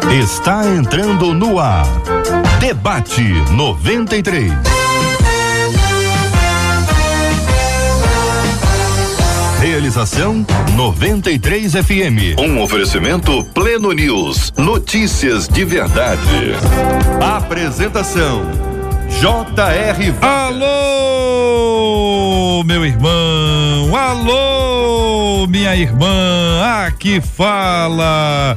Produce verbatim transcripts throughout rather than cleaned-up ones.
Está entrando no ar. Debate noventa e três. Realização noventa e três F M. Um oferecimento Pleno News. Notícias de verdade. Apresentação J R Vargas. Alô, meu irmão. Alô, minha irmã. Aqui fala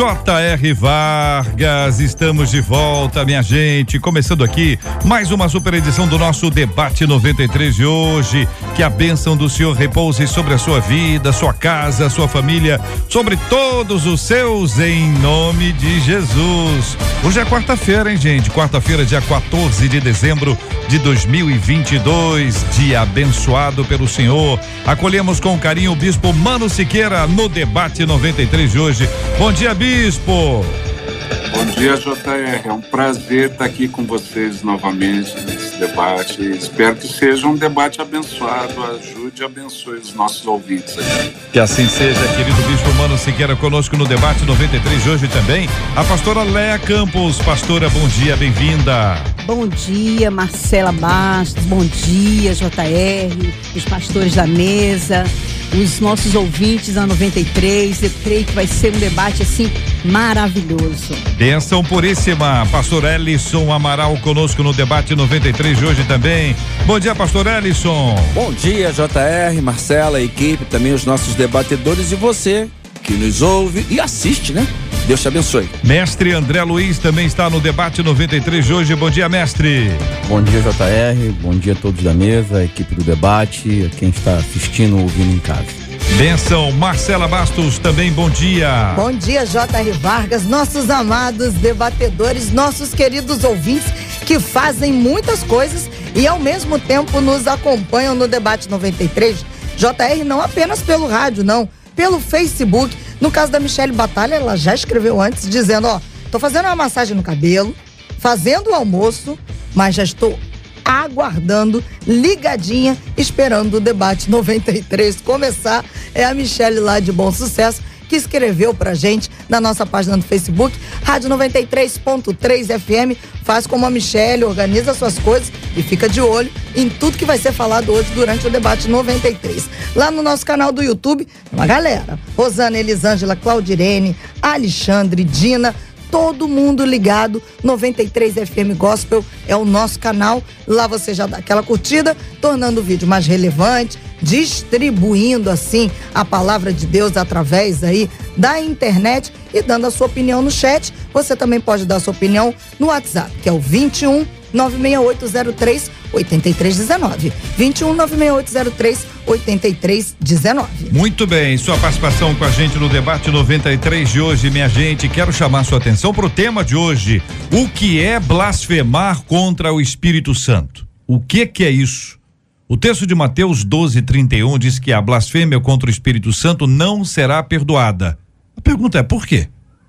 J R Vargas. Estamos de volta, minha gente. Começando aqui mais uma super edição do nosso Debate noventa e três de hoje. Que a bênção do Senhor repouse sobre a sua vida, sua casa, sua família, sobre todos os seus, em nome de Jesus. Hoje é quarta-feira, hein, gente? Quarta-feira, dia quatorze de dezembro de dois mil e vinte e dois. Dia abençoado pelo Senhor. Acolhemos com carinho o Bispo Mano Siqueira no Debate noventa e três de hoje. Bom dia, Bispo. Bom dia, J R. É um prazer estar aqui com vocês novamente nesse debate. Espero que seja um debate abençoado. Ajude e abençoe os nossos ouvintes aqui. Que assim seja, querido Bispo Mano Siqueira, conosco no Debate noventa e três de hoje também. A pastora Léa Campos. Pastora, bom dia, bem-vinda. Bom dia, Marcela Bastos. Bom dia, J R, os pastores da mesa, os nossos ouvintes da noventa e três. Eu creio que vai ser um debate assim maravilhoso. Bênção puríssima. Pastor Ellison Amaral conosco no Debate noventa e três de hoje também. Bom dia, Pastor Ellison. Bom dia, J R, Marcela, equipe, também os nossos debatedores e você que nos ouve e assiste, né? Deus te abençoe. Mestre André Luiz também está no Debate noventa e três de hoje. Bom dia, mestre. Bom dia, J R. Bom dia a todos da mesa, a equipe do debate, a quem está assistindo ou ouvindo em casa. Bênção. Marcela Bastos também, bom dia. Bom dia, J R Vargas, nossos amados debatedores, nossos queridos ouvintes que fazem muitas coisas e ao mesmo tempo nos acompanham no Debate noventa e três. J R não apenas pelo rádio, não, pelo Facebook. No caso da Michele Batalha, ela já escreveu antes, dizendo, ó, tô fazendo uma massagem no cabelo, fazendo o almoço, mas já estou aguardando, ligadinha, esperando o Debate noventa e três começar. É a Michele lá de Bom Sucesso, que escreveu pra gente na nossa página do Facebook, Rádio noventa e três ponto três F M. Faz como a Michele, organiza suas coisas e fica de olho em tudo que vai ser falado hoje durante o Debate noventa e três. Lá no nosso canal do YouTube, uma galera, Rosana, Elisângela, Claudirene, Alexandre, Dina, todo mundo ligado. noventa e três F M Gospel é o nosso canal. Lá você já dá aquela curtida, tornando o vídeo mais relevante, distribuindo assim a palavra de Deus através aí da internet e dando a sua opinião no chat. Você também pode dar a sua opinião no WhatsApp, que é o vinte e um, nove seis oito zero três, oito três um nove. vinte e um, nove seis oito zero três, oito três um nove. Muito bem, sua participação com a gente no Debate noventa e três de hoje, minha gente. Quero chamar sua atenção para o tema de hoje. O que é blasfemar contra o Espírito Santo? O que que é isso? O texto de Mateus doze, trinta e um diz que a blasfêmia contra o Espírito Santo não será perdoada. A pergunta é por quê?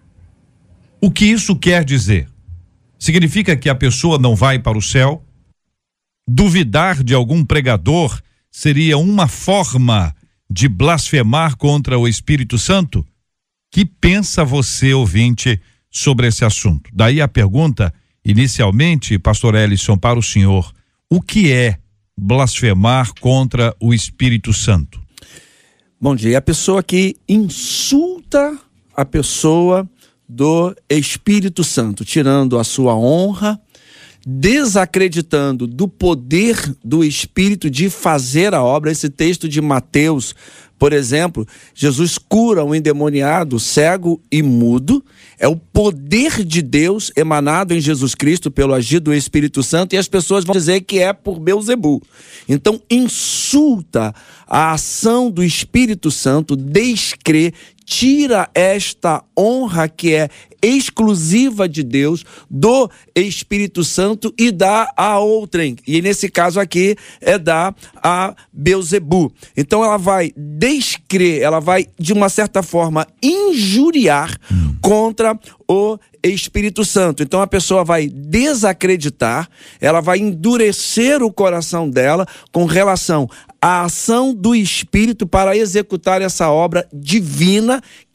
O que isso quer dizer? Significa que a pessoa não vai para o céu? Duvidar de algum pregador seria uma forma de blasfemar contra o Espírito Santo? Que pensa você, ouvinte, sobre esse assunto? Daí a pergunta, inicialmente, pastor Ellison, para o senhor: o que é blasfemar contra o Espírito Santo? Bom dia. A pessoa que insulta a pessoa do Espírito Santo, tirando a sua honra, desacreditando do poder do Espírito de fazer a obra. Esse texto de Mateus, por exemplo, Jesus cura um endemoniado, cego e mudo. É o poder de Deus emanado em Jesus Cristo pelo agir do Espírito Santo, e as pessoas vão dizer que é por Beelzebu. Então, insulta a ação do Espírito Santo, descrê, tira esta honra que é exclusiva de Deus, do Espírito Santo, e dá a outrem. E nesse caso aqui é dar a Beelzebu. Então ela vai descrer, ela vai de uma certa forma injuriar hum. contra o Espírito Santo. Então a pessoa vai desacreditar, ela vai endurecer o coração dela com relação à ação do Espírito para executar essa obra divina que é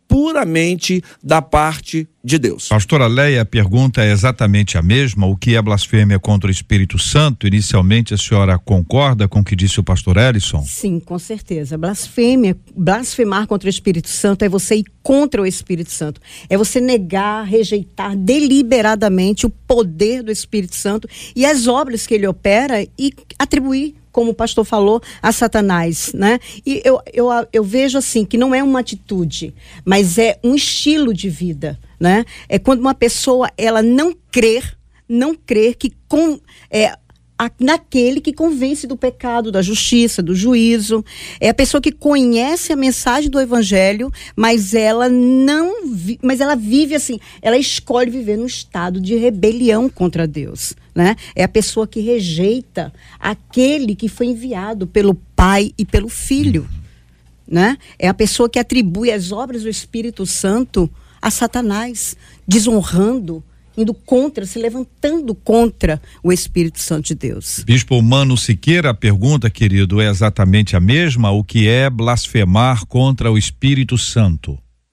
puramente da parte de Deus. Pastora Leia, a pergunta é exatamente a mesma. O que é blasfêmia contra o Espírito Santo? Inicialmente a senhora concorda com o que disse o pastor Ellison? Sim, com certeza. Blasfêmia, blasfemar contra o Espírito Santo é você ir contra o Espírito Santo. É você negar, rejeitar deliberadamente o poder do Espírito Santo e as obras que ele opera e atribuir, como o pastor falou, a Satanás, né? E eu, eu, eu vejo assim, que não é uma atitude, mas é um estilo de vida, né? É quando uma pessoa, ela não crer, não crer que com, é, a, naquele que convence do pecado, da justiça, do juízo. É a pessoa que conhece a mensagem do evangelho, mas ela não, vi, mas ela vive assim, ela escolhe viver num estado de rebelião contra Deus. Né? É a pessoa que rejeita aquele que foi enviado pelo Pai e pelo Filho, né? É a pessoa que atribui as obras do Espírito Santo a Satanás, desonrando, indo contra, se levantando contra o Espírito Santo de Deus. Bispo Mano Siqueira, a pergunta, querido, é exatamente a mesma. O que é blasfemar contra o Espírito Santo?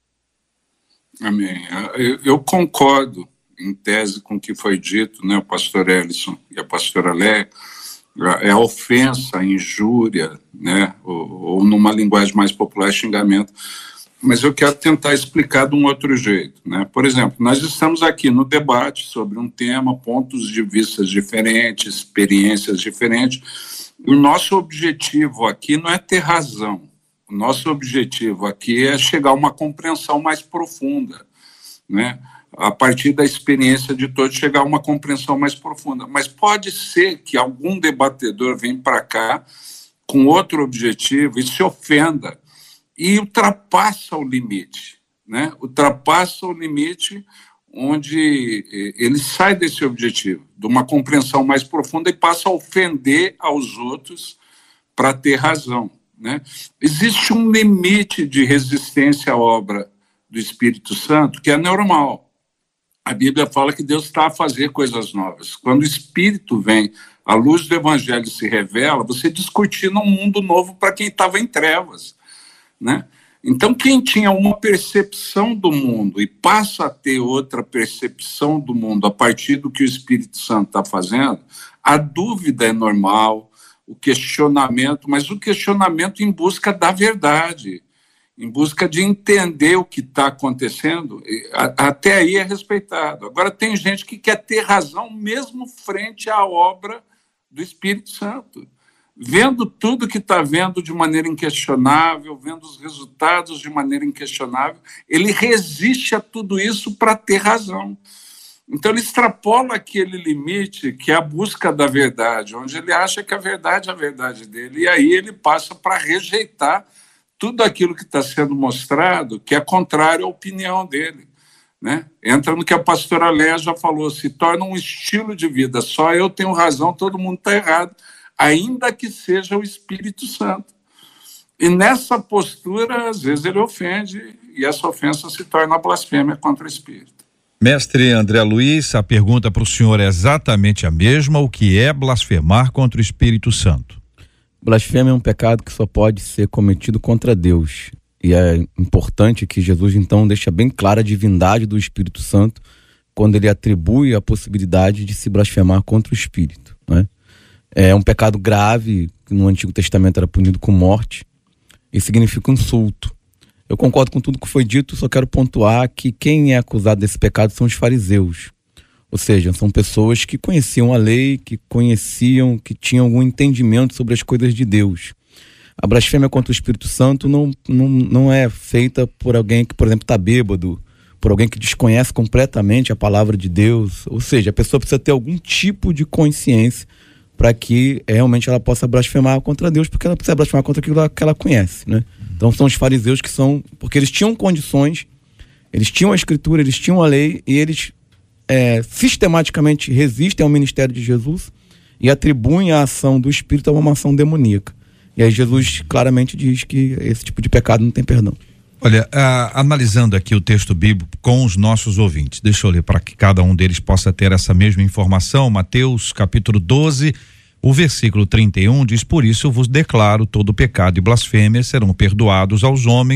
Amém. Eu, eu concordo em tese com o que foi dito, né, o pastor Ellison e a pastora Leia. É a ofensa, a injúria, né, ou, ou numa linguagem mais popular, xingamento. Mas eu quero tentar explicar de um outro jeito, né? Por exemplo, nós estamos aqui no debate sobre um tema, pontos de vista diferentes, experiências diferentes. O nosso objetivo aqui não é ter razão. O nosso objetivo aqui é chegar a uma compreensão mais profunda, né? A partir da experiência de todos, chegar a uma compreensão mais profunda. Mas pode ser que algum debatedor venha para cá com outro objetivo e se ofenda e ultrapassa o limite, né? Ultrapassa o limite onde ele sai desse objetivo, de uma compreensão mais profunda, e passa a ofender aos outros para ter razão, né? Existe um limite de resistência à obra do Espírito Santo que é normal. A Bíblia fala que Deus está a fazer coisas novas. Quando o Espírito vem, a luz do Evangelho se revela, você descortina um mundo novo para quem estava em trevas, né? Então, quem tinha uma percepção do mundo e passa a ter outra percepção do mundo a partir do que o Espírito Santo está fazendo, a dúvida é normal, o questionamento, mas o questionamento em busca da verdade, em busca de entender o que está acontecendo, até aí é respeitado. Agora, tem gente que quer ter razão mesmo frente à obra do Espírito Santo. Vendo tudo que está vendo de maneira inquestionável, vendo os resultados de maneira inquestionável, ele resiste a tudo isso para ter razão. Então, ele extrapola aquele limite que é a busca da verdade, onde ele acha que a verdade é a verdade dele, e aí ele passa para rejeitar tudo aquilo que está sendo mostrado que é contrário à opinião dele, né? Entra no que a pastora Léa já falou, se torna um estilo de vida, só eu tenho razão, todo mundo está errado, ainda que seja o Espírito Santo. E nessa postura, às vezes ele ofende, e essa ofensa se torna blasfêmia contra o Espírito. Mestre André Luiz, a pergunta para o senhor é exatamente a mesma. O que é blasfemar contra o Espírito Santo? Blasfêmia é um pecado que só pode ser cometido contra Deus. E é importante que Jesus, então, deixa bem clara a divindade do Espírito Santo quando ele atribui a possibilidade de se blasfemar contra o Espírito, né? É um pecado grave, que no Antigo Testamento era punido com morte, e significa insulto. Eu concordo com tudo que foi dito, só quero pontuar que quem é acusado desse pecado são os fariseus. Ou seja, são pessoas que conheciam a lei, que conheciam, que tinham algum entendimento sobre as coisas de Deus. A blasfêmia contra o Espírito Santo não, não, não é feita por alguém que, por exemplo, está bêbado, por alguém que desconhece completamente a palavra de Deus. Ou seja, a pessoa precisa ter algum tipo de consciência para que realmente ela possa blasfemar contra Deus, porque ela precisa blasfemar contra aquilo que ela conhece, né? Então são os fariseus que são, porque eles tinham condições, eles tinham a escritura, eles tinham a lei, e eles é, sistematicamente resistem ao ministério de Jesus e atribuem a ação do Espírito a uma ação demoníaca. E aí Jesus claramente diz que esse tipo de pecado não tem perdão. Olha, ah, analisando aqui o texto bíblico com os nossos ouvintes, deixa eu ler para que cada um deles possa ter essa mesma informação. Mateus capítulo doze, o versículo trinta e um diz: por isso eu vos declaro, todo pecado e blasfêmia serão perdoados aos homens,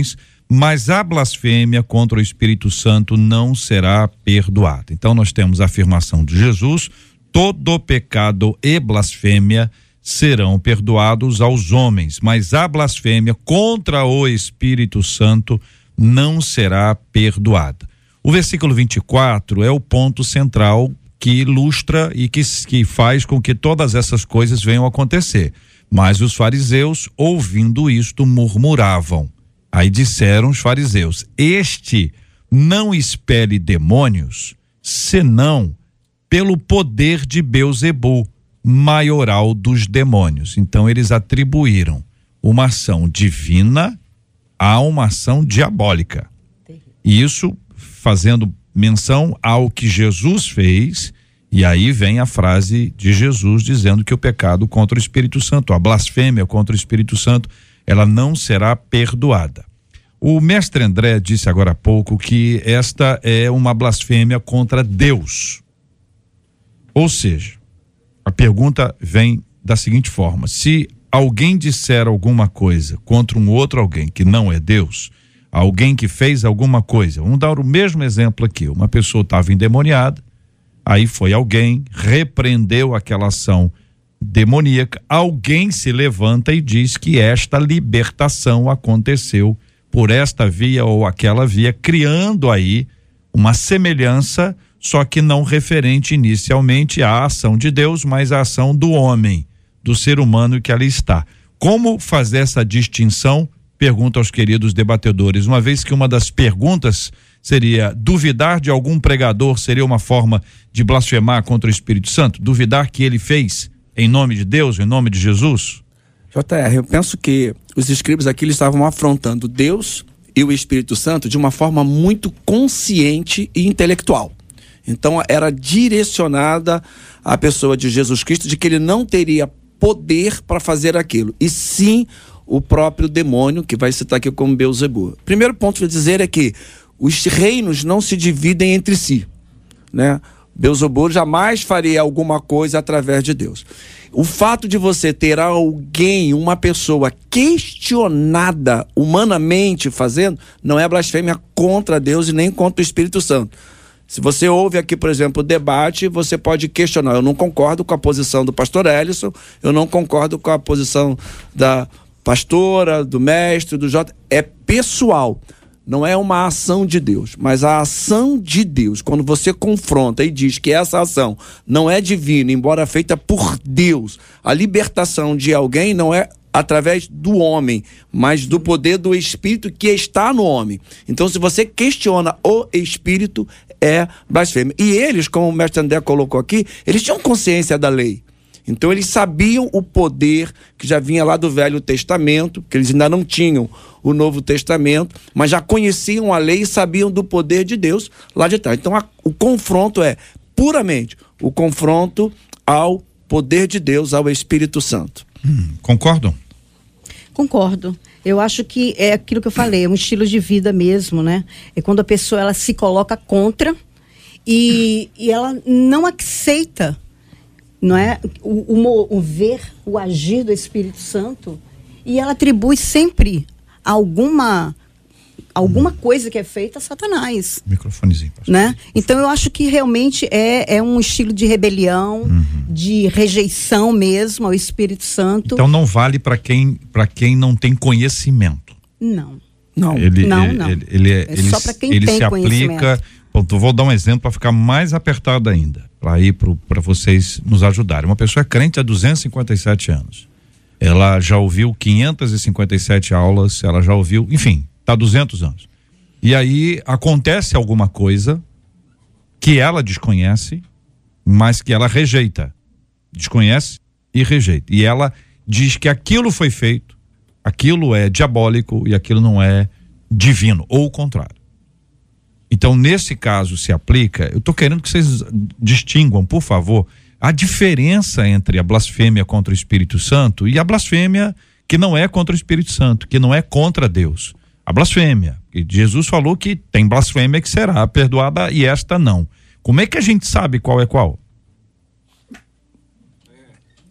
mas a blasfêmia contra o Espírito Santo não será perdoada. Então nós temos a afirmação de Jesus: todo pecado e blasfêmia serão perdoados aos homens, mas a blasfêmia contra o Espírito Santo não será perdoada. O versículo vinte e quatro é o ponto central que ilustra e que, que faz com que todas essas coisas venham a acontecer. Mas os fariseus, ouvindo isto, murmuravam. Aí disseram os fariseus: este não expele demônios, senão pelo poder de Beelzebul, maioral dos demônios. Então eles atribuíram uma ação divina a uma ação diabólica. E isso fazendo menção ao que Jesus fez, e aí vem a frase de Jesus dizendo que o pecado contra o Espírito Santo, a blasfêmia contra o Espírito Santo, ela não será perdoada. O mestre André disse agora há pouco que esta é uma blasfêmia contra Deus. Ou seja, a pergunta vem da seguinte forma: se alguém disser alguma coisa contra um outro alguém que não é Deus, alguém que fez alguma coisa, vamos dar o mesmo exemplo aqui, uma pessoa estava endemoniada, aí foi alguém, repreendeu aquela ação demoníaca, alguém se levanta e diz que esta libertação aconteceu por esta via ou aquela via, criando aí uma semelhança, só que não referente inicialmente à ação de Deus, mas à ação do homem, do ser humano que ali está. Como fazer essa distinção? Pergunta aos queridos debatedores, uma vez que uma das perguntas seria: duvidar de algum pregador seria uma forma de blasfemar contra o Espírito Santo? Duvidar que ele fez em nome de Deus, em nome de Jesus? J R, eu penso que os escribas aqui eles estavam afrontando Deus e o Espírito Santo de uma forma muito consciente e intelectual. Então era direcionada à pessoa de Jesus Cristo, de que ele não teria poder para fazer aquilo, e sim o próprio demônio, que vai citar aqui como Beelzebul. Primeiro ponto que eu dizer é que os reinos não se dividem entre si, né? Beelzebul jamais faria alguma coisa através de Deus. O fato de você ter alguém, uma pessoa questionada humanamente fazendo, não é blasfêmia contra Deus e nem contra o Espírito Santo. Se você ouve aqui, por exemplo, o debate, você pode questionar: eu não concordo com a posição do pastor Ellison, eu não concordo com a posição da pastora, do mestre, do Jota. É pessoal, não é uma ação de Deus, mas a ação de Deus, quando você confronta e diz que essa ação não é divina, embora feita por Deus, a libertação de alguém não é através do homem, mas do poder do Espírito que está no homem. Então, se você questiona o Espírito, é blasfêmia. E eles, como o mestre André colocou aqui, eles tinham consciência da lei. Então eles sabiam o poder que já vinha lá do Velho Testamento, que eles ainda não tinham o Novo Testamento, mas já conheciam a lei e sabiam do poder de Deus lá de trás. Então a, o confronto é puramente o confronto ao poder de Deus, ao Espírito Santo. Hum, concordam? Concordo. Eu acho que é aquilo que eu falei, é um estilo de vida mesmo, né? É quando a pessoa ela se coloca contra e, e ela não aceita, não é, o, o, o ver, o agir do Espírito Santo, e ela atribui sempre alguma alguma coisa que é feita a Satanás. Microfonezinho, pastor. Né? Então eu acho que realmente é, é um estilo de rebelião, uhum. de rejeição mesmo ao Espírito Santo. Então não vale para quem para quem não tem conhecimento. Não. Não, ele, não, ele, não. Ele, ele, é ele, só para quem ele tem se conhecimento. Aplica. Pronto, vou dar um exemplo para ficar mais apertado ainda, para ir para vocês nos ajudarem. Uma pessoa é crente há duzentos e cinquenta e sete anos. Ela já ouviu quinhentas e cinquenta e sete aulas, ela já ouviu, enfim, está há duzentos anos. E aí acontece alguma coisa que ela desconhece, mas que ela rejeita. Desconhece e rejeita. E ela diz que aquilo foi feito, aquilo é diabólico e aquilo não é divino, ou o contrário. Então, nesse caso, se aplica, eu estou querendo que vocês distinguam, por favor, a diferença entre a blasfêmia contra o Espírito Santo e a blasfêmia que não é contra o Espírito Santo, que não é contra Deus. A blasfêmia, que Jesus falou que tem blasfêmia que será perdoada e esta não. Como é que a gente sabe qual é qual?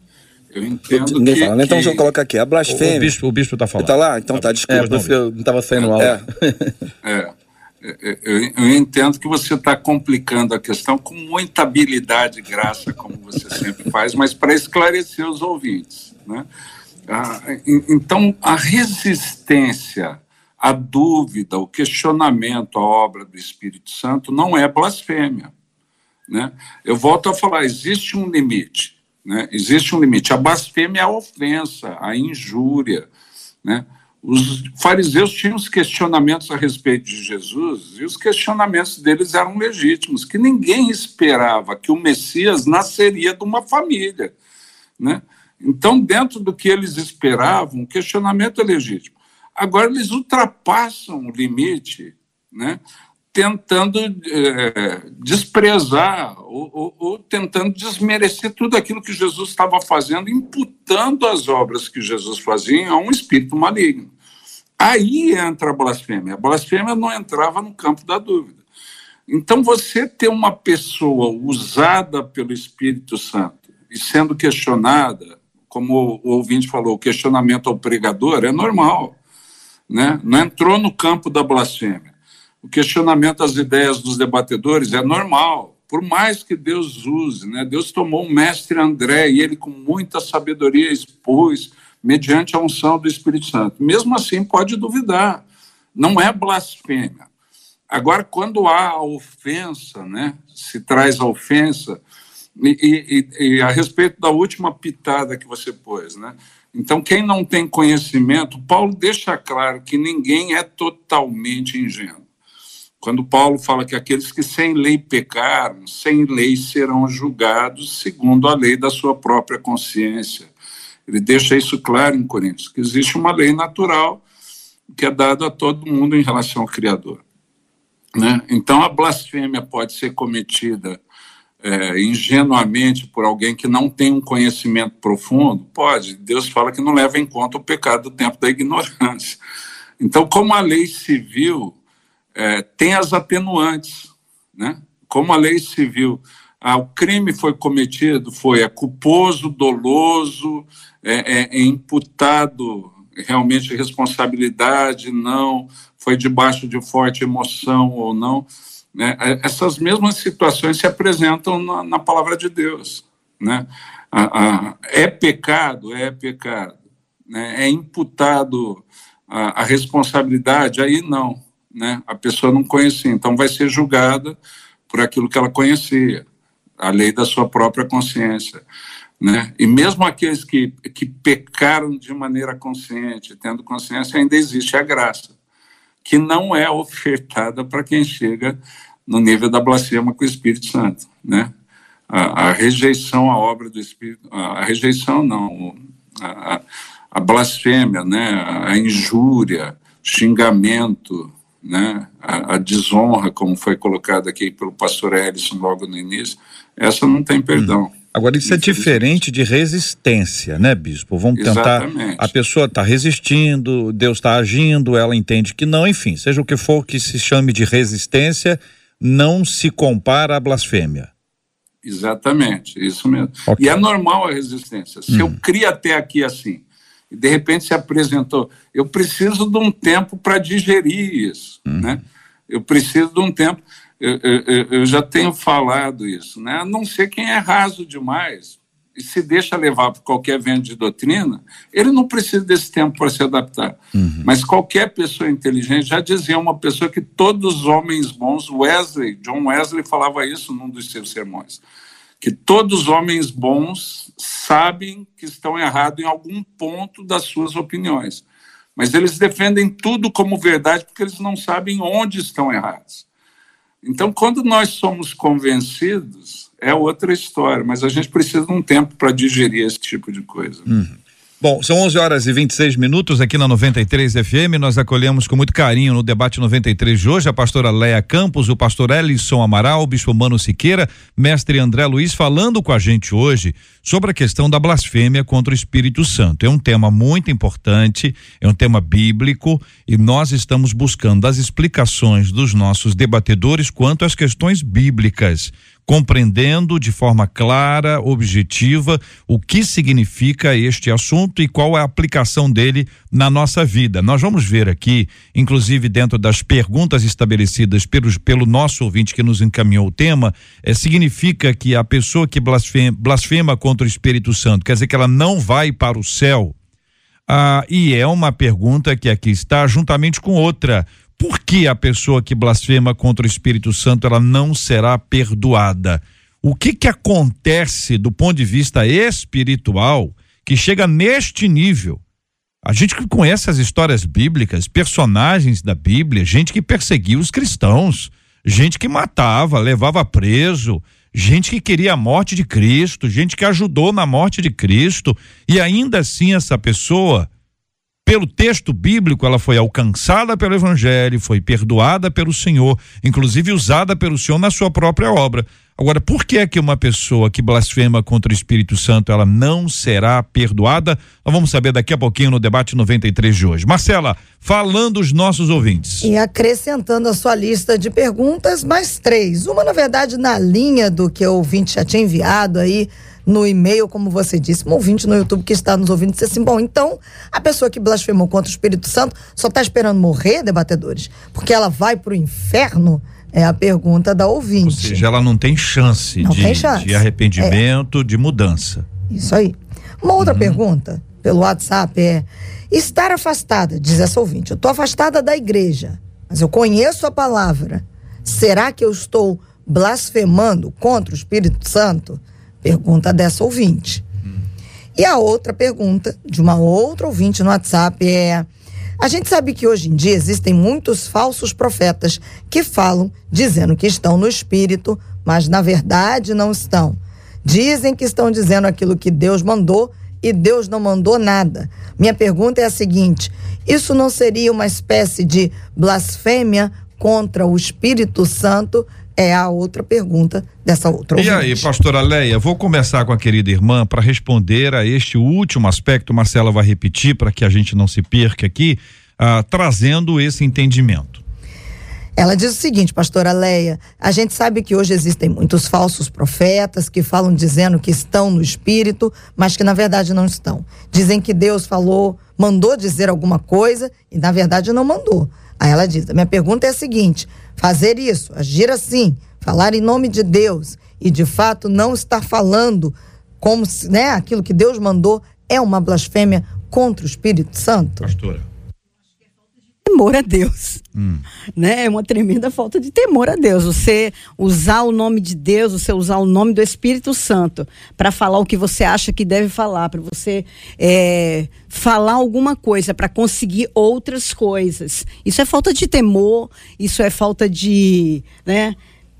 Eu entendo Ninguém que, fala, né? Então que... deixa eu colocar aqui, a blasfêmia. O, o bispo, o bispo tá falando. Tá lá? Então tá, desculpa. É, porque eu não estava saindo aula. É. é. Eu, eu entendo que você está complicando a questão com muita habilidade e graça, como você sempre faz, mas para esclarecer os ouvintes, né? Ah, então, a resistência, a dúvida, o questionamento à obra do Espírito Santo não é blasfêmia, né? Eu volto a falar, existe um limite, né? Existe um limite. A blasfêmia é a ofensa, a injúria, né? Os fariseus tinham os questionamentos a respeito de Jesus e os questionamentos deles eram legítimos, que ninguém esperava que o Messias nasceria de uma família, né? Então, dentro do que eles esperavam, o questionamento é legítimo. Agora, eles ultrapassam o limite, né? Tentando é, desprezar ou, ou, ou tentando desmerecer tudo aquilo que Jesus estava fazendo, imputando as obras que Jesus fazia a um espírito maligno. Aí entra a blasfêmia. A blasfêmia não entrava no campo da dúvida. Então, você ter uma pessoa usada pelo Espírito Santo e sendo questionada, como o ouvinte falou, o questionamento ao pregador é normal, né? Não entrou no campo da blasfêmia. O questionamento às ideias dos debatedores é normal, por mais que Deus use, né? Deus tomou o mestre André e ele com muita sabedoria expôs mediante a unção do Espírito Santo. Mesmo assim pode duvidar, não é blasfêmia. Agora, quando há a ofensa, né? Se traz a ofensa, e, e, e a respeito da última pitada que você pôs, né? Então, quem não tem conhecimento, Paulo deixa claro que ninguém é totalmente ingênuo. Quando Paulo fala que aqueles que sem lei pecaram, sem lei serão julgados segundo a lei da sua própria consciência. Ele deixa isso claro em Coríntios, que existe uma lei natural que é dada a todo mundo em relação ao Criador, né? Então, a blasfêmia pode ser cometida é, ingenuamente por alguém que não tem um conhecimento profundo? Pode. Deus fala que não leva em conta o pecado do tempo da ignorância. Então, como a lei civil... É, tem as atenuantes, né? Como a lei civil, ah, o crime foi cometido, foi é culposo, doloso, é, é, é imputado realmente responsabilidade, não, foi debaixo de forte emoção ou não, né? Essas mesmas situações se apresentam na, na palavra de Deus, né? Ah, ah, é pecado, é pecado, né? É imputado a, a responsabilidade, aí não. Né? A pessoa não conhecia, então vai ser julgada por aquilo que ela conhecia, a lei da sua própria consciência, né? E mesmo aqueles que, que pecaram de maneira consciente, tendo consciência, ainda existe a graça, que não é ofertada para quem chega no nível da blasfêmia com o Espírito Santo, né? A, a rejeição à obra do Espírito, a, a rejeição não, a, a, a blasfêmia, né? A injúria, xingamento, né? A, a desonra, como foi colocado aqui pelo pastor Ellison logo no início, essa não tem perdão. Hum. Agora, isso é diferente de resistência, né, bispo? Vamos tentar. Exatamente. A pessoa está resistindo, Deus está agindo, ela entende que não, enfim, seja o que for que se chame de resistência, não se compara à blasfêmia. Exatamente, isso mesmo. Okay. E é normal a resistência. Se hum. eu crio até aqui assim, e de repente se apresentou, eu preciso de um tempo para digerir isso, uhum. né? Eu preciso de um tempo, eu, eu, eu já tenho falado isso, né? A não ser quem é raso demais e se deixa levar por qualquer vento de doutrina, ele não precisa desse tempo para se adaptar. Uhum. Mas qualquer pessoa inteligente, já dizia uma pessoa que todos os homens bons, Wesley, John Wesley falava isso num dos seus sermões, que todos os homens bons sabem que estão errados em algum ponto das suas opiniões. Mas eles defendem tudo como verdade porque eles não sabem onde estão errados. Então, quando nós somos convencidos, é outra história, mas a gente precisa de um tempo para digerir esse tipo de coisa. Uhum. Bom, são onze horas e vinte e seis minutos aqui na noventa e três F M. Nós acolhemos com muito carinho no debate noventa e três de hoje a pastora Léa Campos, o pastor Ellison Amaral, o bispo Mano Siqueira, mestre André Luiz, falando com a gente hoje sobre a questão da blasfêmia contra o Espírito Santo. É um tema muito importante, é um tema bíblico e nós estamos buscando as explicações dos nossos debatedores quanto às questões bíblicas. compreendendo de forma clara, objetiva, o que significa este assunto e qual é a aplicação dele na nossa vida. Nós vamos ver aqui, inclusive dentro das perguntas estabelecidas pelos, pelo nosso ouvinte que nos encaminhou o tema, é, significa que a pessoa que blasfema, blasfema contra o Espírito Santo, quer dizer que ela não vai para o céu? Ah, e é uma pergunta que aqui está juntamente com outra. Por que a pessoa que blasfema contra o Espírito Santo ela não será perdoada? O que que acontece do ponto de vista espiritual que chega neste nível? A gente que conhece as histórias bíblicas, personagens da Bíblia, gente que perseguia os cristãos, gente que matava, levava preso, gente que queria a morte de Cristo, gente que ajudou na morte de Cristo, e ainda assim essa pessoa, pelo texto bíblico, ela foi alcançada pelo Evangelho, foi perdoada pelo Senhor, inclusive usada pelo Senhor na sua própria obra. Agora, por que é que uma pessoa que blasfema contra o Espírito Santo, ela não será perdoada? Nós vamos saber daqui a pouquinho no debate noventa e três de hoje. Marcela, falando os nossos ouvintes. E acrescentando a sua lista de perguntas, mais três. Uma, na verdade, na linha do que o ouvinte já tinha enviado aí no e-mail, como você disse, um ouvinte no YouTube que está nos ouvindo disse assim, bom, então a pessoa que blasfemou contra o Espírito Santo só está esperando morrer, debatedores? Porque ela vai para o inferno? É a pergunta da ouvinte. Ou seja, ela não tem chance, não de, tem chance. de arrependimento, é. de mudança. Isso aí. Uma outra uhum. pergunta pelo WhatsApp é, estar afastada, diz essa ouvinte, eu estou afastada da igreja, mas eu conheço a palavra, será que eu estou blasfemando contra o Espírito Santo? Pergunta dessa ouvinte. Hum. E a outra pergunta de uma outra ouvinte no WhatsApp é, a gente sabe que hoje em dia existem muitos falsos profetas que falam dizendo que estão no Espírito, mas na verdade não estão. Dizem que estão dizendo aquilo que Deus mandou e Deus não mandou nada. Minha pergunta é a seguinte, isso não seria uma espécie de blasfêmia contra o Espírito Santo? É a outra pergunta dessa outra ouvinte. E aí, pastora Leia, vou começar com a querida irmã para responder a este último aspecto, Marcela vai repetir para que a gente não se perca aqui, ah, trazendo esse entendimento. Ela diz o seguinte, pastora Leia, a gente sabe que hoje existem muitos falsos profetas que falam dizendo que estão no Espírito, mas que na verdade não estão. Dizem que Deus falou, mandou dizer alguma coisa e na verdade não mandou. Aí ela diz, a minha pergunta é a seguinte, fazer isso, agir assim, falar em nome de Deus e de fato não estar falando como se, né, aquilo que Deus mandou é uma blasfêmia contra o Espírito Santo? Pastora. Temor a Deus, hum. né? É uma tremenda falta de temor a Deus. Você usar o nome de Deus, você usar o nome do Espírito Santo para falar o que você acha que deve falar, para você é, falar alguma coisa para conseguir outras coisas. Isso é falta de temor, isso é falta de, né,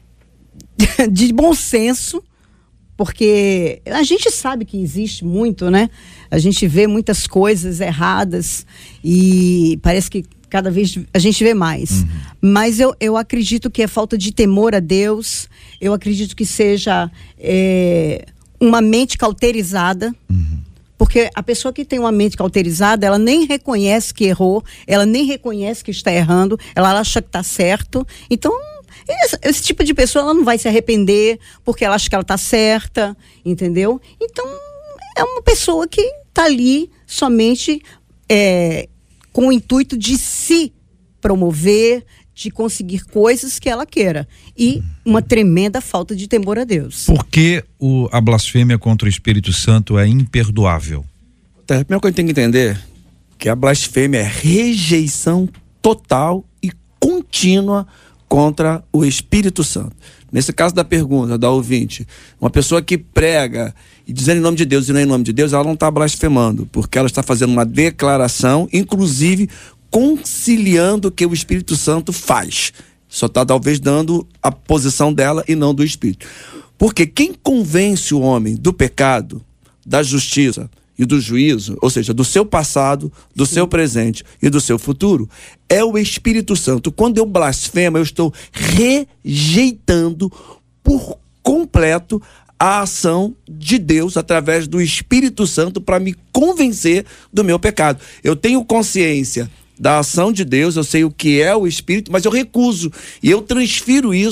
de bom senso. Porque a gente sabe que existe muito, né? A gente vê muitas coisas erradas e parece que cada vez a gente vê mais. Uhum. Mas eu, eu acredito que é falta de temor a Deus, eu acredito que seja é, uma mente cauterizada, uhum. porque a pessoa que tem uma mente cauterizada, ela nem reconhece que errou, ela nem reconhece que está errando, ela acha que está certo, então... Esse, esse tipo de pessoa, ela não vai se arrepender porque ela acha que ela está certa, entendeu? Então, é uma pessoa que está ali somente é, com o intuito de se promover, de conseguir coisas que ela queira. E uma tremenda falta de temor a Deus. Por que o, a blasfêmia contra o Espírito Santo é imperdoável? Tá, a primeira coisa que tem que entender é que a blasfêmia é rejeição total e contínua contra o Espírito Santo. Nesse caso da pergunta da ouvinte, uma pessoa que prega e dizendo em nome de Deus e não em nome de Deus, ela não está blasfemando, porque ela está fazendo uma declaração, inclusive conciliando o que o Espírito Santo faz. Só está talvez dando a posição dela e não do Espírito. Porque quem convence o homem do pecado, da justiça e do juízo, ou seja, do seu passado, do Sim. seu presente e do seu futuro, é o Espírito Santo. Quando eu blasfemo, eu estou rejeitando por completo a ação de Deus através do Espírito Santo para me convencer do meu pecado. Eu tenho consciência da ação de Deus, eu sei o que é o Espírito, mas eu recuso. E eu transfiro isso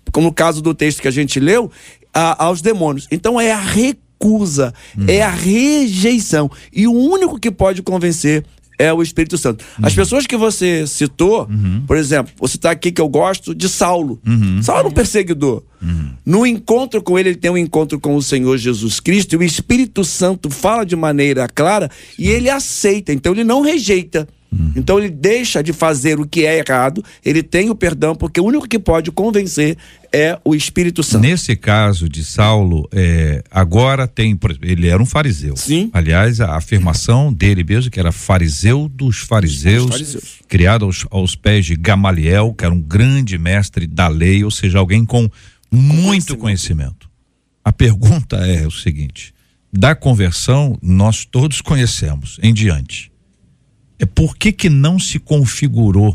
como no caso do texto que a gente leu, a, aos demônios. Então é a recusa, uhum. é a rejeição. E o único que pode convencer é o Espírito Santo. Uhum. As pessoas que você citou, uhum. por exemplo, vou citar aqui que eu gosto de Saulo. Uhum. Saulo era um perseguidor. Uhum. No encontro com ele, ele tem um encontro com o Senhor Jesus Cristo, e o Espírito Santo fala de maneira clara, sim, e ele aceita, então ele não rejeita. Uhum. Então ele deixa de fazer o que é errado, ele tem o perdão, porque o único que pode convencer é o Espírito Santo. Nesse caso de Saulo, é, agora tem, ele era um fariseu. Sim. Aliás, a afirmação dele mesmo, que era fariseu dos fariseus, fariseus. criado aos, aos pés de Gamaliel, que era um grande mestre da lei, ou seja, alguém com muito conhecimento. conhecimento. A pergunta é o seguinte: da conversão nós todos conhecemos em diante. É por que que não se configurou,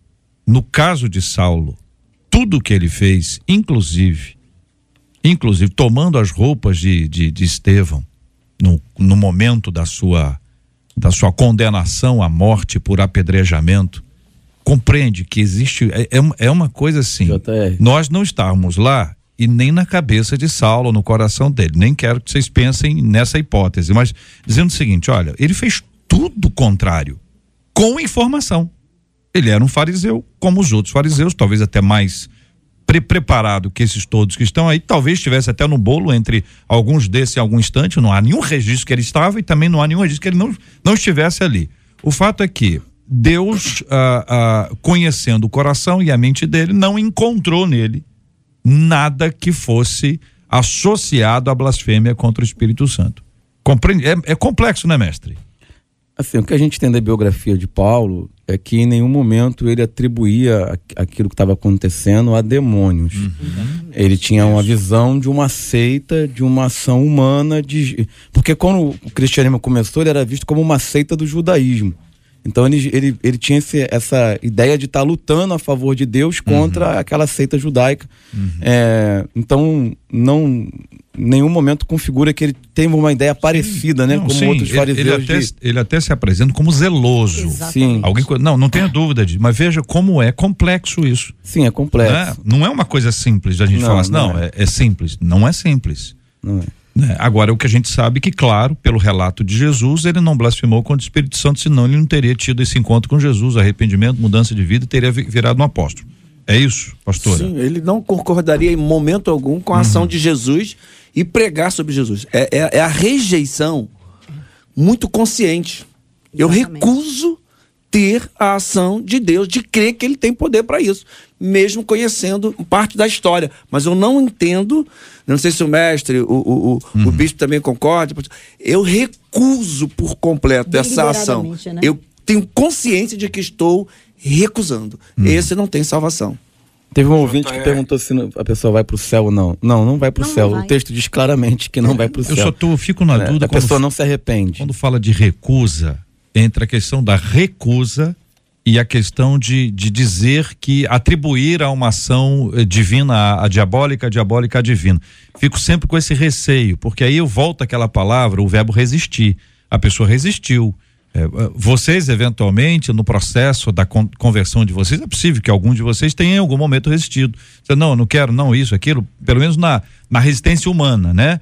no caso de Saulo, tudo que ele fez, inclusive, inclusive tomando as roupas de, de, de Estevão, no, no momento da sua, da sua condenação à morte por apedrejamento, compreende que existe, é, é uma coisa assim, J R. Nós não estávamos lá e nem na cabeça de Saulo, no coração dele, nem quero que vocês pensem nessa hipótese, mas dizendo o seguinte: olha, ele fez tudo contrário, com informação. Ele era um fariseu, como os outros fariseus, talvez até mais pre preparado que esses todos que estão aí, talvez estivesse até no bolo entre alguns desses em algum instante. Não há nenhum registro que ele estava e também não há nenhum registro que ele não, não estivesse ali. O fato é que Deus, ah, ah, conhecendo o coração e a mente dele, não encontrou nele nada que fosse associado à blasfêmia contra o Espírito Santo. Compreende? É, é complexo, né, mestre? Assim, o que a gente tem da biografia de Paulo é que em nenhum momento ele atribuía aquilo que estava acontecendo a demônios. Uhum. Ele tinha uma visão de uma seita, de uma ação humana, de... porque quando o cristianismo começou, ele era visto como uma seita do judaísmo. Então ele, ele, ele tinha esse, essa ideia de estar tá lutando a favor de Deus contra uhum. aquela seita judaica. Uhum. É, então, não, em nenhum momento configura que ele teve uma ideia parecida, né? Não, como sim, outros fariseus. Ele até, de... ele até se apresenta como zeloso. Sim. Alguém, não, não tenha dúvida disso, mas veja como é complexo isso. Sim, é complexo. Não é, não é uma coisa simples da gente não, falar assim, não, não é. É, é simples. Não é simples. Não é. Né? Agora, o que a gente sabe que, claro, pelo relato de Jesus, ele não blasfemou contra o Espírito Santo, senão ele não teria tido esse encontro com Jesus, arrependimento, mudança de vida, e teria virado um apóstolo. É isso, pastora? Sim, ele não concordaria em momento algum com a uhum. ação de Jesus e pregar sobre Jesus. É, é, é a rejeição muito consciente. Eu Exatamente. recuso ter a ação de Deus, de crer que ele tem poder para isso, mesmo conhecendo parte da história. Mas eu não entendo, não sei se o mestre, o, o, o, uhum. o bispo também concorda, eu recuso por completo essa ação. Né? Eu tenho consciência de que estou recusando. Uhum. Esse não tem salvação. Teve um ouvinte que perguntou se a pessoa vai para o céu ou não. Não, não vai para o céu. Vai. O texto diz claramente que não vai para o céu. Eu só tô, fico na dúvida. A pessoa não se arrepende. Quando fala de recusa, entre a questão da recusa e a questão de, de dizer que atribuir a uma ação divina, a, a diabólica, a diabólica, a divina. Fico sempre com esse receio, porque aí eu volto àquela palavra, o verbo resistir. A pessoa resistiu. É, vocês, eventualmente, no processo da con conversão de vocês, é possível que algum de vocês tenha em algum momento resistido. Você, não, não quero, não, isso, aquilo, pelo menos na, na resistência humana, né?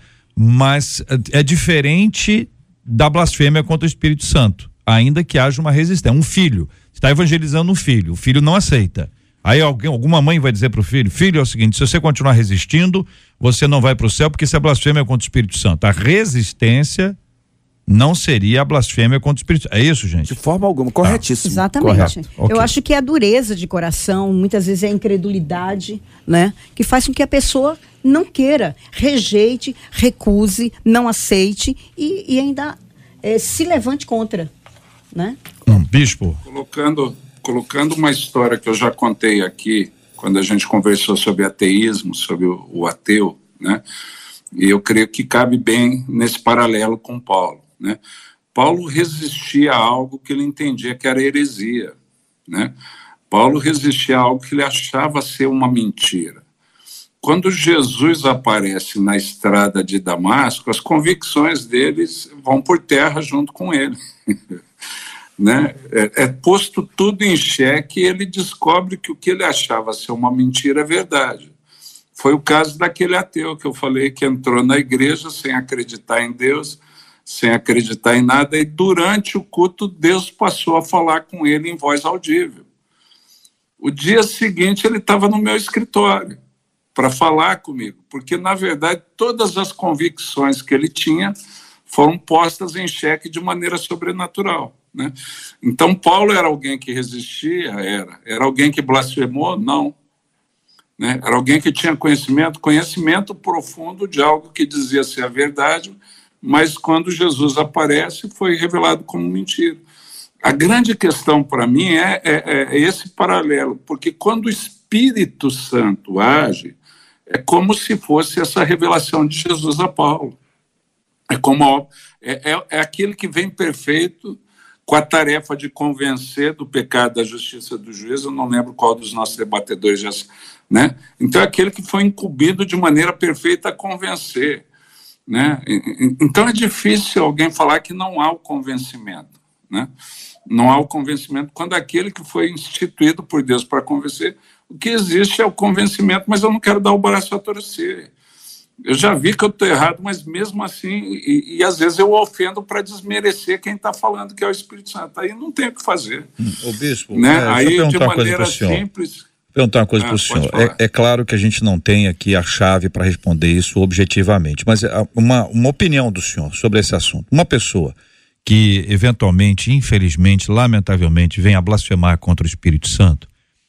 Mas é, é diferente da blasfêmia contra o Espírito Santo, ainda que haja uma resistência. Um filho está evangelizando um filho, o filho não aceita. Aí alguém, alguma mãe vai dizer para o filho: filho, é o seguinte, se você continuar resistindo, você não vai para o céu, porque isso é blasfêmia contra o Espírito Santo. A resistência não seria a blasfêmia contra o Espírito Santo. É isso, gente? De forma alguma, corretíssimo. Ah, exatamente. Correto. Okay. Eu acho que é a dureza de coração, muitas vezes é a incredulidade, né? Que faz com que a pessoa não queira, rejeite, recuse, não aceite e, e ainda é, se levante contra, né? Hum, bispo. Colocando, colocando uma história que eu já contei aqui, quando a gente conversou sobre ateísmo, sobre o, o ateu, né? E eu creio que cabe bem nesse paralelo com Paulo, né? Paulo resistia a algo que ele entendia que era heresia, né? Paulo resistia a algo que ele achava ser uma mentira. Quando Jesus aparece na estrada de Damasco, as convicções deles vão por terra junto com ele. Né? É, é posto tudo em xeque e ele descobre que o que ele achava ser uma mentira é verdade. Foi o caso daquele ateu que eu falei, que entrou na igreja sem acreditar em Deus, sem acreditar em nada, e durante o culto Deus passou a falar com ele em voz audível. O dia seguinte ele estava no meu escritório para falar comigo, porque na verdade todas as convicções que ele tinha foram postas em xeque de maneira sobrenatural, né? Então Paulo era alguém que resistia? Era. Era alguém que blasfemou? Não. Né? Era alguém que tinha conhecimento, conhecimento profundo de algo que dizia ser a verdade, mas quando Jesus aparece foi revelado como mentira. A grande questão para mim é, é, é esse paralelo, porque quando o Espírito Santo age, é como se fosse essa revelação de Jesus a Paulo. É como é, é, é aquele que vem perfeito com a tarefa de convencer do pecado, da justiça, do juízo. Eu não lembro qual dos nossos debatedores já, né? Então é aquele que foi incumbido de maneira perfeita a convencer, né? Então é difícil alguém falar que não há o convencimento, né? Não há o convencimento quando aquele que foi instituído por Deus para convencer, o que existe é o convencimento, mas eu não quero dar o braço a torcer. Eu já vi que eu estou errado, mas mesmo assim, e, e às vezes eu ofendo para desmerecer quem está falando que é o Espírito Santo. Aí não tem o que fazer. Hum, o bispo, né? é, Aí de maneira simples. Perguntar uma coisa ah, para o senhor. É, é claro que a gente não tem aqui a chave para responder isso objetivamente, mas uma, uma opinião do senhor sobre esse assunto. Uma pessoa que eventualmente, infelizmente, lamentavelmente, venha a blasfemar contra o Espírito Santo,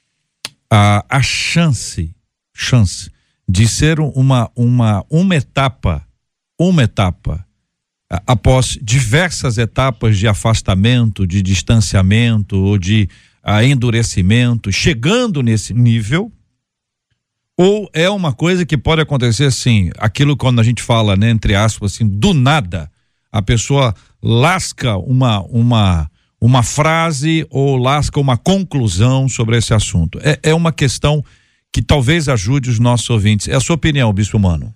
a, a chance, chance de ser uma, uma, uma etapa, uma etapa, a, após diversas etapas de afastamento, de distanciamento ou de a, endurecimento, chegando nesse nível, ou é uma coisa que pode acontecer assim, aquilo quando a gente fala, né, entre aspas, assim, do nada, a pessoa lasca uma, uma, uma frase ou lasca uma conclusão sobre esse assunto. É, é uma questão que talvez ajude os nossos ouvintes. É a sua opinião, Bispo Mano?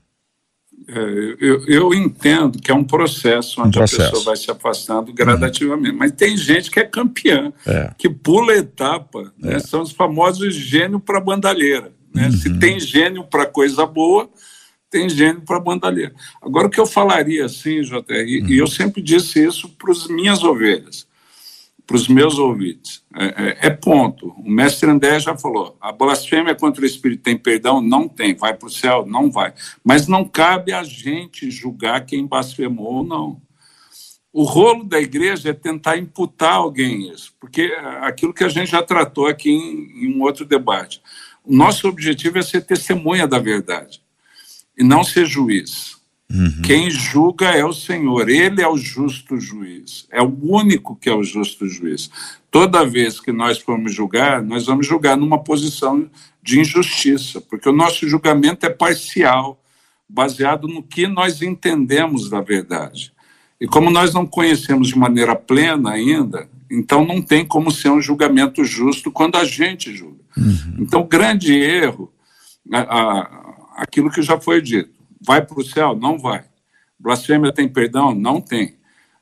É, eu, eu entendo que é um processo onde um processo. a pessoa vai se afastando gradativamente, uhum. mas tem gente que é campeã, é. que pula etapa, é. né? São os famosos gênio para bandalheira. Né? Uhum. Se tem gênio para coisa boa, tem gênio para bandalheira. Agora, o que eu falaria assim, J R, uhum. e eu sempre disse isso para as minhas ovelhas, para os meus ouvintes, é, é, é ponto. O mestre André já falou, a blasfêmia contra o Espírito tem perdão? Não tem. Vai para o céu? Não vai. Mas não cabe a gente julgar quem blasfemou ou não. O rolo da igreja é tentar imputar alguém isso, porque aquilo que a gente já tratou aqui em, em um outro debate. O nosso objetivo é ser testemunha da verdade e não ser juiz. Uhum. Quem julga é o Senhor, Ele é o justo juiz, é o único que é o justo juiz. Toda vez que nós formos julgar, nós vamos julgar numa posição de injustiça, porque o nosso julgamento é parcial, baseado no que nós entendemos da verdade. E como nós não conhecemos de maneira plena ainda, então não tem como ser um julgamento justo quando a gente julga. Uhum. Então, o grande erro, a, a, aquilo que já foi dito, vai para o céu? Não vai. Blasfêmia tem perdão? Não tem.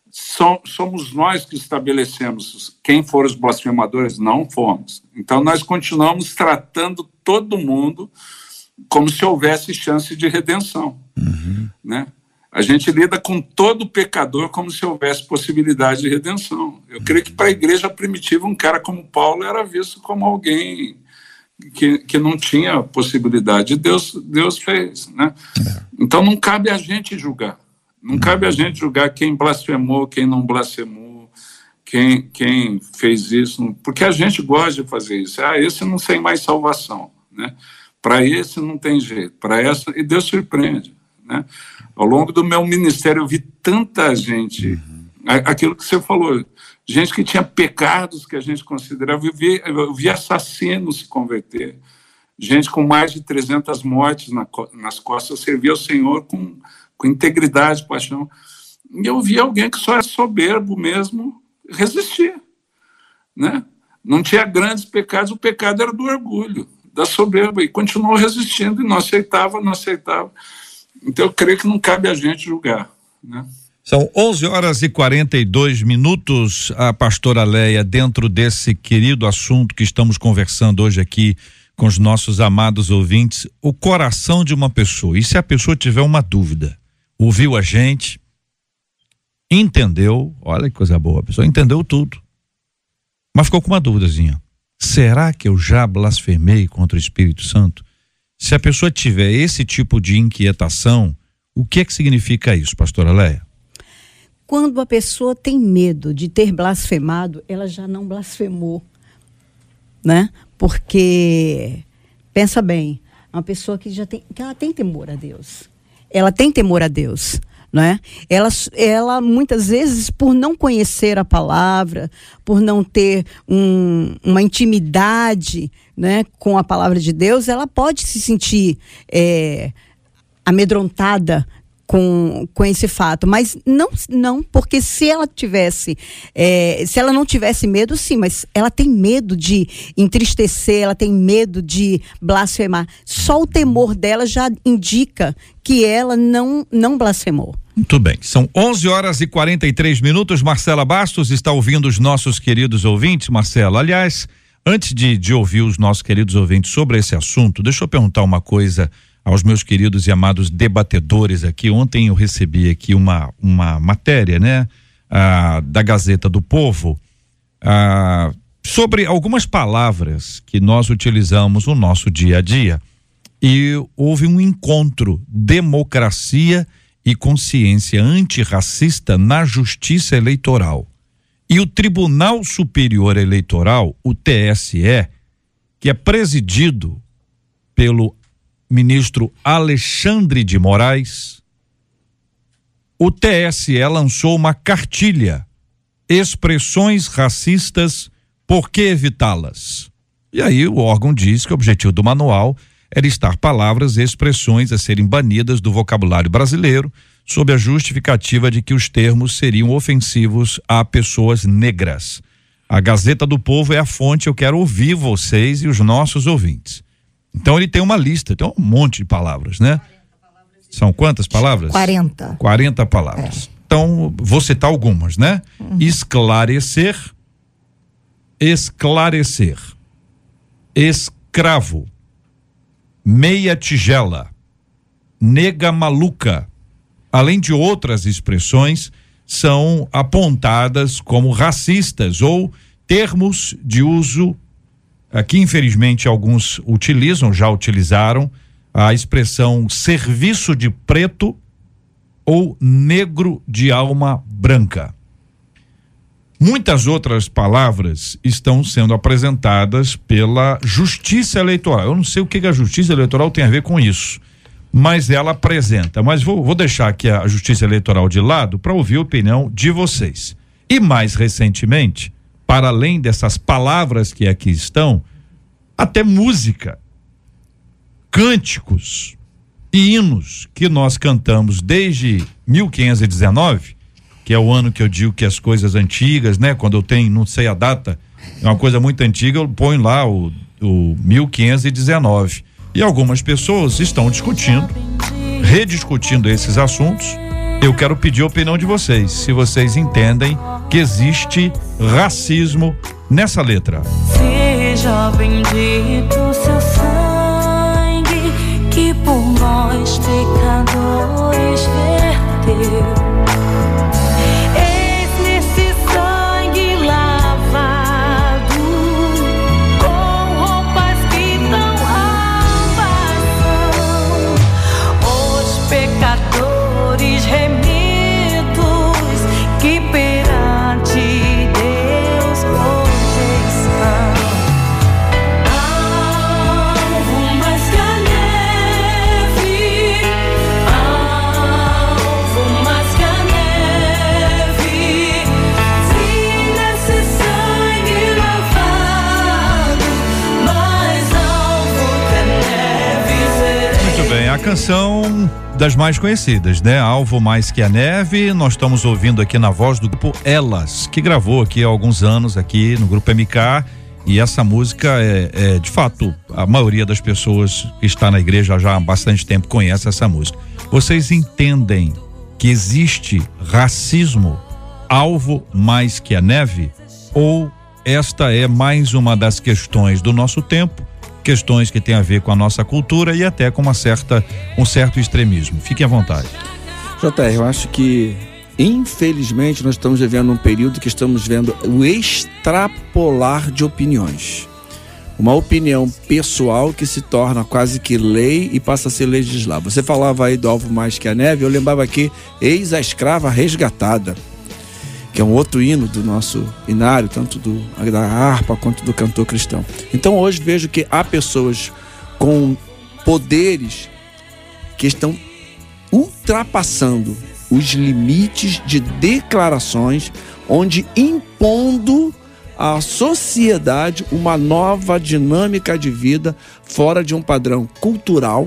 Somos nós que estabelecemos quem foram os blasfemadores? Não fomos. Então nós continuamos tratando todo mundo como se houvesse chance de redenção. Uhum. Né? A gente lida com todo pecador como se houvesse possibilidade de redenção. Eu uhum. creio que para a igreja primitiva um cara como Paulo era visto como alguém Que, que não tinha possibilidade. Deus, Deus fez, né? É. Então não cabe a gente julgar. Não cabe a gente julgar quem blasfemou, quem não blasfemou, quem, quem fez isso, porque a gente gosta de fazer isso. Ah, esse não tem mais salvação, né? Para esse não tem jeito, para essa, e Deus surpreende, né? Ao longo do meu ministério eu vi tanta gente, uhum. aquilo que você falou, gente que tinha pecados que a gente considerava, eu vi, eu vi assassinos se converter, gente com mais de trezentas mortes na, nas costas, servia ao Senhor com, com integridade, paixão, e eu vi alguém que só é soberbo mesmo, resistir, né? Não tinha grandes pecados, o pecado era do orgulho, da soberba, e continuou resistindo, e não aceitava, não aceitava. Então eu creio que não cabe a gente julgar, né? São onze horas e quarenta e dois minutos, a pastora Leia, dentro desse querido assunto que estamos conversando hoje aqui com os nossos amados ouvintes o coração de uma pessoa. E se a pessoa tiver uma dúvida, ouviu a gente, entendeu, olha que coisa boa, a pessoa entendeu tudo, mas ficou com uma dúvidazinha. Será que eu já blasfemei contra o Espírito Santo? Se a pessoa tiver esse tipo de inquietação, o que é que significa isso, pastora Leia? Quando a pessoa tem medo de ter blasfemado, ela já não blasfemou, né? Porque, pensa bem, uma pessoa que já tem, que ela tem temor a Deus, ela tem temor a Deus, né? Ela, ela muitas vezes, por não conhecer a palavra, por não ter um, uma intimidade, né, com a palavra de Deus, ela pode se sentir é, amedrontada com, com esse fato, mas não, não, porque se ela tivesse, é, se ela não tivesse medo, sim, mas ela tem medo de entristecer, ela tem medo de blasfemar. Só o temor dela já indica que ela não, não blasfemou. Muito bem, são onze horas e quarenta e três minutos. Marcela Bastos está ouvindo os nossos queridos ouvintes. Marcela, aliás, antes de, de ouvir os nossos queridos ouvintes sobre esse assunto, deixa eu perguntar uma coisa aos meus queridos e amados debatedores aqui. Ontem eu recebi aqui uma, uma matéria, né, ah, da Gazeta do Povo, ah, sobre algumas palavras que nós utilizamos no nosso dia a dia, e houve um encontro, democracia e consciência antirracista na Justiça Eleitoral. E o Tribunal Superior Eleitoral, o T S E, que é presidido pelo ministro Alexandre de Moraes, o T S E lançou uma cartilha, expressões racistas, por que evitá-las? E aí o órgão diz que o objetivo do manual é listar palavras e expressões a serem banidas do vocabulário brasileiro, sob a justificativa de que os termos seriam ofensivos a pessoas negras. A Gazeta do Povo é a fonte, eu quero ouvir vocês e os nossos ouvintes. Então ele tem uma lista, tem um monte de palavras, né? São quantas palavras? quarenta. quarenta palavras. É. Então, vou citar algumas, né? Uhum. Esclarecer, esclarecer, escravo, meia tigela, nega maluca, além de outras expressões, são apontadas como racistas ou termos de uso aqui, infelizmente, alguns utilizam, já utilizaram a expressão serviço de preto ou negro de alma branca. Muitas outras palavras estão sendo apresentadas pela Justiça Eleitoral. Eu não sei o que a Justiça Eleitoral tem a ver com isso, mas ela apresenta. Mas vou, vou deixar aqui a Justiça Eleitoral de lado para ouvir a opinião de vocês. E mais recentemente, para além dessas palavras que aqui estão, até música, cânticos e hinos que nós cantamos desde mil quinhentos e dezenove, que é o ano que eu digo que as coisas antigas, né? Quando eu tenho, não sei a data, é uma coisa muito antiga, eu ponho lá o, o mil quinhentos e dezenove. E algumas pessoas estão discutindo, rediscutindo esses assuntos. Eu quero pedir a opinião de vocês, se vocês entendem que existe racismo nessa letra. Seja bendito seu sangue, que por nós pecadores verteu. A canção das mais conhecidas, né? Alvo Mais Que a Neve. Nós estamos ouvindo aqui na voz do grupo Elas, que gravou aqui há alguns anos aqui no grupo M K, e essa música é, é de fato, a maioria das pessoas que está na igreja já há bastante tempo conhece essa música. Vocês entendem que existe racismo alvo mais que a neve? Ou esta é mais uma das questões do nosso tempo questões que têm a ver com a nossa cultura e até com uma certa, um certo extremismo. Fiquem à vontade. J R, eu acho que infelizmente nós estamos vivendo um período que estamos vendo o extrapolar de opiniões. Uma opinião pessoal que se torna quase que lei e passa a ser legislar. Você falava aí do Alvo Mais Que a Neve, eu lembrava aqui, Eis a Escrava Resgatada, que é um outro hino do nosso inário, tanto do, da harpa quanto do cantor cristão. Então hoje vejo que há pessoas com poderes que estão ultrapassando os limites de declarações, onde impondo à sociedade uma nova dinâmica de vida fora de um padrão cultural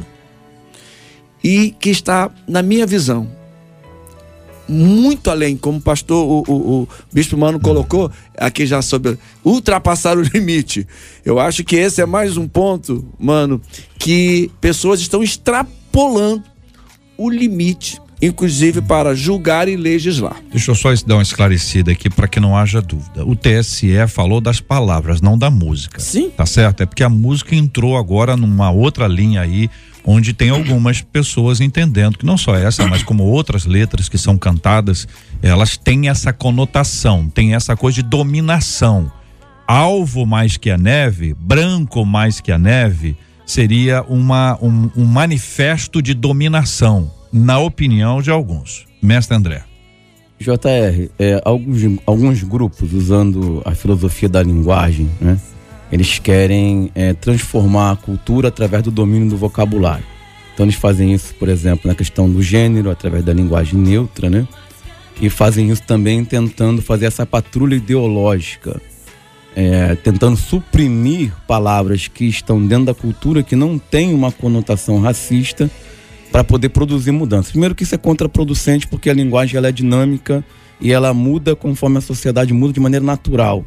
e que está, na minha visão, muito além, como o pastor, o, o, o Bispo Mano colocou aqui já sobre ultrapassar o limite. Eu acho que esse é mais um ponto, mano, que pessoas estão extrapolando o limite, inclusive para julgar e legislar. Deixa eu só dar uma esclarecida aqui para que não haja dúvida. O T S E falou das palavras, não da música. Sim. Tá certo? É porque a música entrou agora numa outra linha aí, onde tem algumas pessoas entendendo que não só essa, mas como outras letras que são cantadas, elas têm essa conotação, tem essa coisa de dominação. Alvo mais que a neve, branco mais que a neve, seria uma, um, um manifesto de dominação, na opinião de alguns. Mestre André. J R, é, alguns, alguns grupos, usando a filosofia da linguagem, né, eles querem é, transformar a cultura através do domínio do vocabulário. Então eles fazem isso, por exemplo, na questão do gênero, através da linguagem neutra, né? E fazem isso também tentando fazer essa patrulha ideológica, é, tentando suprimir palavras que estão dentro da cultura que não tem uma conotação racista, para poder produzir mudanças. Primeiro que isso é contraproducente, porque a linguagem ela é dinâmica e ela muda conforme a sociedade muda de maneira natural.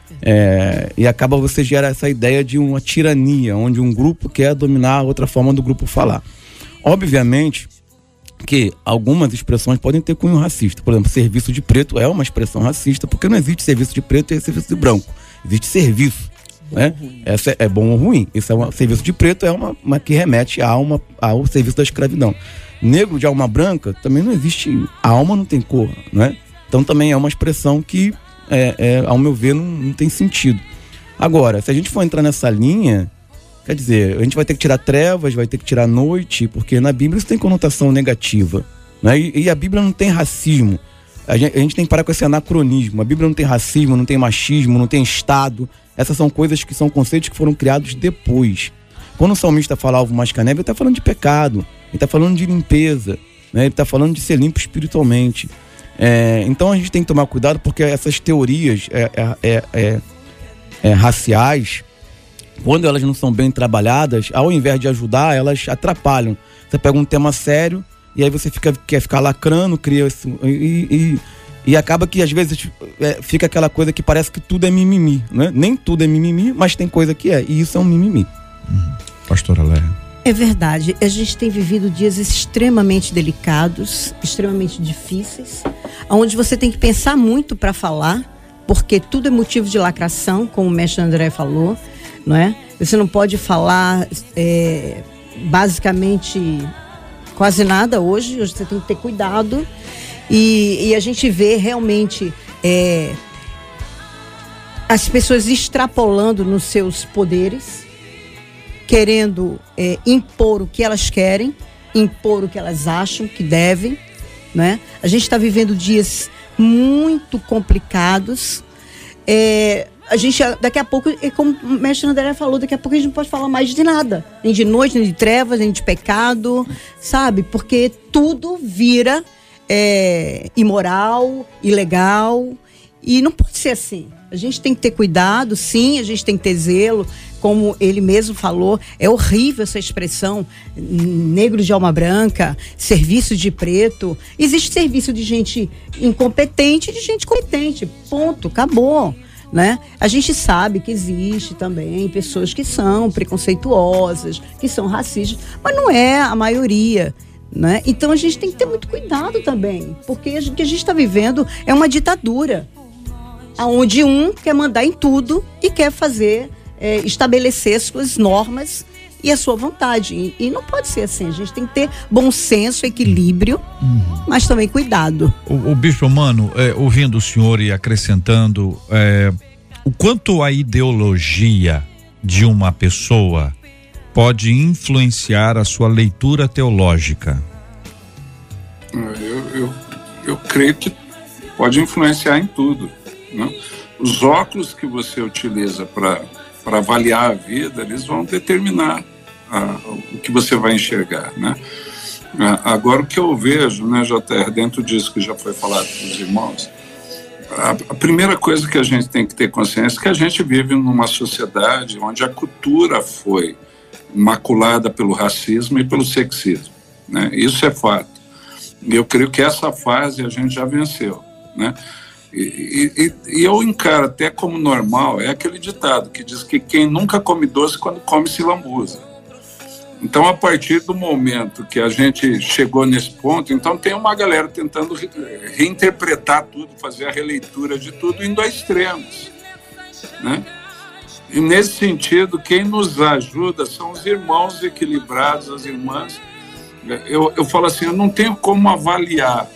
É, e acaba você gera essa ideia de uma tirania, onde um grupo quer dominar a outra forma do grupo falar. Obviamente que algumas expressões podem ter cunho racista. Por exemplo, serviço de preto é uma expressão racista, porque não existe serviço de preto e serviço de branco. Existe serviço. Né? Essa é, é bom ou ruim. Esse é um serviço de preto, é uma, uma que remete a uma, ao serviço da escravidão. Negro de alma branca também não existe. A alma não tem cor, né? Então também é uma expressão que, é, é, ao meu ver, não, não tem sentido. Agora, se a gente for entrar nessa linha, quer dizer, a gente vai ter que tirar trevas, vai ter que tirar noite, porque na Bíblia isso tem conotação negativa, né? E, e a Bíblia não tem racismo. A gente, a gente tem que parar com esse anacronismo. A Bíblia não tem racismo, não tem machismo, não tem Estado. Essas são coisas que são conceitos que foram criados depois. Quando o salmista fala alvo mais que a neve, ele está falando de pecado, ele está falando de limpeza, né? Ele está falando de ser limpo espiritualmente. É, então a gente tem que tomar cuidado, porque essas teorias é, é, é, é, raciais, quando elas não são bem trabalhadas, ao invés de ajudar, elas atrapalham. Você pega um tema sério e aí você fica, quer ficar lacrando, cria esse, e, e E acaba que às vezes é, fica aquela coisa que parece que tudo é mimimi, né? Nem tudo é mimimi, mas tem coisa que é, e isso é um mimimi. Uhum. Pastora Léa. É verdade, a gente tem vivido dias extremamente delicados, extremamente difíceis, onde você tem que pensar muito para falar, porque tudo é motivo de lacração, como o mestre André falou, não é? Você não pode falar é, basicamente quase nada hoje, hoje você tem que ter cuidado. E, e a gente vê realmente é, as pessoas extrapolando nos seus poderes, querendo é, impor o que elas querem, impor o que elas acham que devem, né? A gente está vivendo dias muito complicados. É, a gente, daqui a pouco, como o mestre André falou, daqui a pouco a gente não pode falar mais de nada, nem de noite, nem de trevas, nem de pecado, sabe? Porque tudo vira É, imoral, ilegal, e não pode ser assim. A gente tem que ter cuidado, sim, a gente tem que ter zelo, como ele mesmo falou, é horrível essa expressão, negro de alma branca, serviço de preto. Existe serviço de gente incompetente e de gente competente, ponto, acabou, né? A gente sabe que existe também pessoas que são preconceituosas, que são racistas, mas não é a maioria, né? Então a gente tem que ter muito cuidado também, porque o que a gente está vivendo é uma ditadura, onde um quer mandar em tudo e quer fazer é, estabelecer suas normas e a sua vontade. E, e não pode ser assim. A gente tem que ter bom senso, equilíbrio, uhum. mas também cuidado. O, o Bispo Mano, é, ouvindo o senhor e acrescentando, é, o quanto a ideologia de uma pessoa pode influenciar a sua leitura teológica? Eu, eu, eu creio que pode influenciar em tudo, né? Os óculos que você utiliza para para avaliar a vida, eles vão determinar ah, o que você vai enxergar, né? Ah, agora, o que eu vejo, né, J R, dentro disso que já foi falado pelos irmãos, a, a primeira coisa que a gente tem que ter consciência é que a gente vive numa sociedade onde a cultura foi maculada pelo racismo e pelo sexismo, né? Isso é fato. E eu creio que essa fase a gente já venceu, né? E, e, e eu encaro até como normal, é aquele ditado que diz que quem nunca come doce quando come se lambuza. Então, a partir do momento que a gente chegou nesse ponto, então tem uma galera tentando re, reinterpretar tudo, fazer a releitura de tudo, indo a extremos, né? E nesse sentido, quem nos ajuda são os irmãos equilibrados, as irmãs. Eu, eu falo assim, eu não tenho como avaliar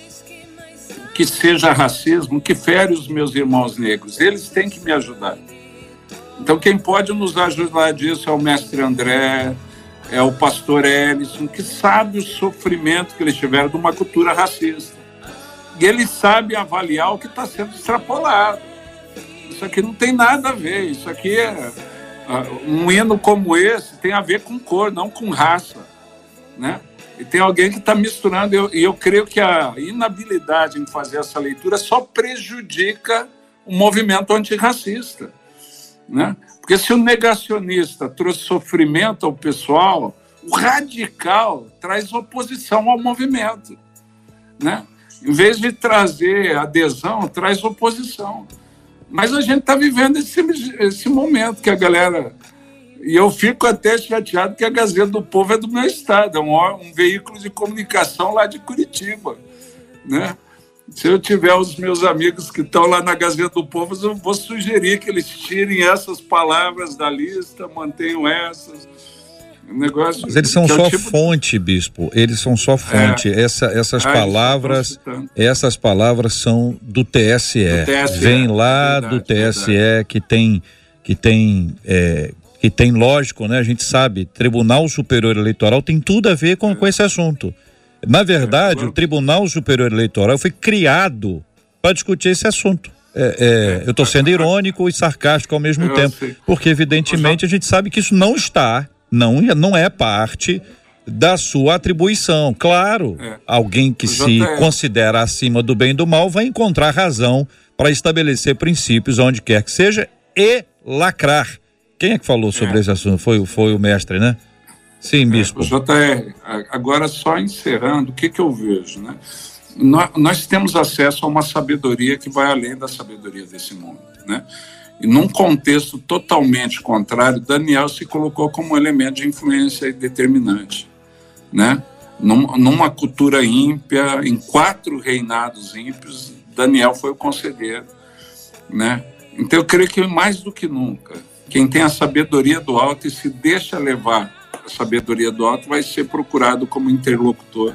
que seja racismo, que fere os meus irmãos negros. Eles têm que me ajudar. Então, quem pode nos ajudar disso é o mestre André, é o pastor Ellison, que sabe o sofrimento que eles tiveram de uma cultura racista. E ele sabe avaliar o que está sendo extrapolado. Isso aqui não tem nada a ver. Isso aqui é... Um hino como esse tem a ver com cor, não com raça, né? E tem alguém que está misturando, e eu, eu creio que a inabilidade em fazer essa leitura só prejudica o movimento antirracista, né? Porque se o negacionista trouxe sofrimento ao pessoal, o radical traz oposição ao movimento, né? Em vez de trazer adesão, traz oposição. Mas a gente está vivendo esse, esse momento que a galera... E eu fico até chateado que a Gazeta do Povo é do meu estado, é um, um veículo de comunicação lá de Curitiba, né? Se eu tiver os meus amigos que estão lá na Gazeta do Povo, eu vou sugerir que eles tirem essas palavras da lista, mantenham essas. O negócio. Mas eles são só é tipo... fonte, bispo. Eles são só fonte. É. Essa, essas ah, palavras, essas palavras são do T S E. Do T S E. Vem lá verdade, do T S E verdade. que tem, que tem. É, que tem, lógico, né? A gente sabe, Tribunal Superior Eleitoral tem tudo a ver com, é. com esse assunto. Na verdade, é, agora... o Tribunal Superior Eleitoral foi criado para discutir esse assunto. É, é, eu estou sendo irônico e sarcástico ao mesmo eu tempo, sei. porque evidentemente a gente sabe que isso não está, não, não é parte da sua atribuição. Claro, é. alguém que se considera acima do bem e do mal vai encontrar razão para estabelecer princípios onde quer que seja e lacrar. Quem é que falou sobre é. esse assunto? Foi, foi o mestre, né? Sim, bispo. É, J R, agora só encerrando, o que que eu vejo, né? Nós, nós temos acesso a uma sabedoria que vai além da sabedoria desse mundo, né? E num contexto totalmente contrário, Daniel se colocou como um elemento de influência determinante, né? Num, numa cultura ímpia, em quatro reinados ímpios, Daniel foi o conselheiro, né? Então eu creio que mais do que nunca, quem tem a sabedoria do alto e se deixa levar a sabedoria do alto vai ser procurado como interlocutor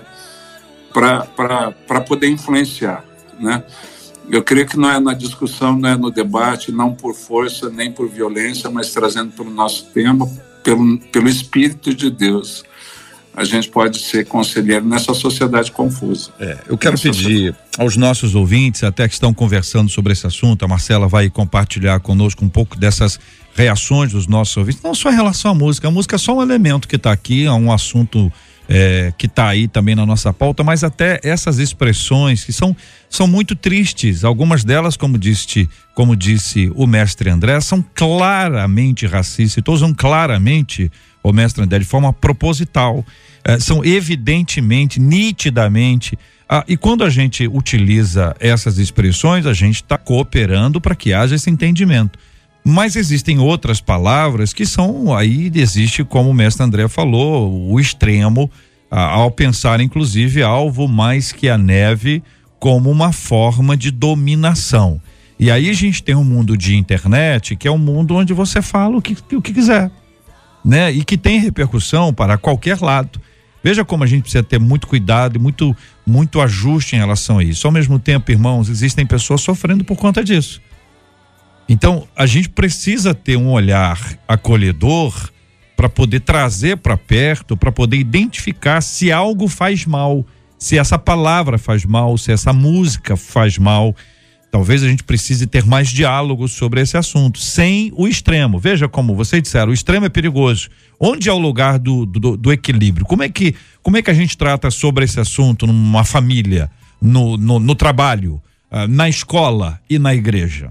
para poder influenciar, né? Eu creio que não é na discussão, não é no debate, não por força, nem por violência, mas trazendo pelo nosso tema, pelo, pelo Espírito de Deus, a gente pode ser conselheiro nessa sociedade confusa. É, eu quero nessa pedir sociedade. aos nossos ouvintes, até que estão conversando sobre esse assunto, a Marcela vai compartilhar conosco um pouco dessas reações dos nossos ouvintes, não só em relação à música, a música é só um elemento que está aqui, é um assunto é, que está aí também na nossa pauta, mas até essas expressões que são, são muito tristes, algumas delas, como disse, como disse o mestre André, são claramente racistas, então usam claramente, o mestre André, de forma proposital, é, são evidentemente, nitidamente, ah, e quando a gente utiliza essas expressões, a gente está cooperando para que haja esse entendimento. Mas existem outras palavras que são, aí existe, como o mestre André falou, o extremo, ah, ao pensar inclusive alvo mais que a neve como uma forma de dominação. E aí a gente tem um mundo de internet, que é um mundo onde você fala o que, o que quiser, né? E que tem repercussão para qualquer lado. Veja como a gente precisa ter muito cuidado e muito, muito ajuste em relação a isso. Ao mesmo tempo, irmãos, existem pessoas sofrendo por conta disso. Então, a gente precisa ter um olhar acolhedor para poder trazer para perto, para poder identificar se algo faz mal, se essa palavra faz mal, se essa música faz mal. Talvez a gente precise ter mais diálogo sobre esse assunto, sem o extremo. Veja como vocês disseram, o extremo é perigoso. Onde é o lugar do, do, do equilíbrio? Como é, que, como é que a gente trata sobre esse assunto numa família, no, no, no trabalho, uh, na escola e na igreja?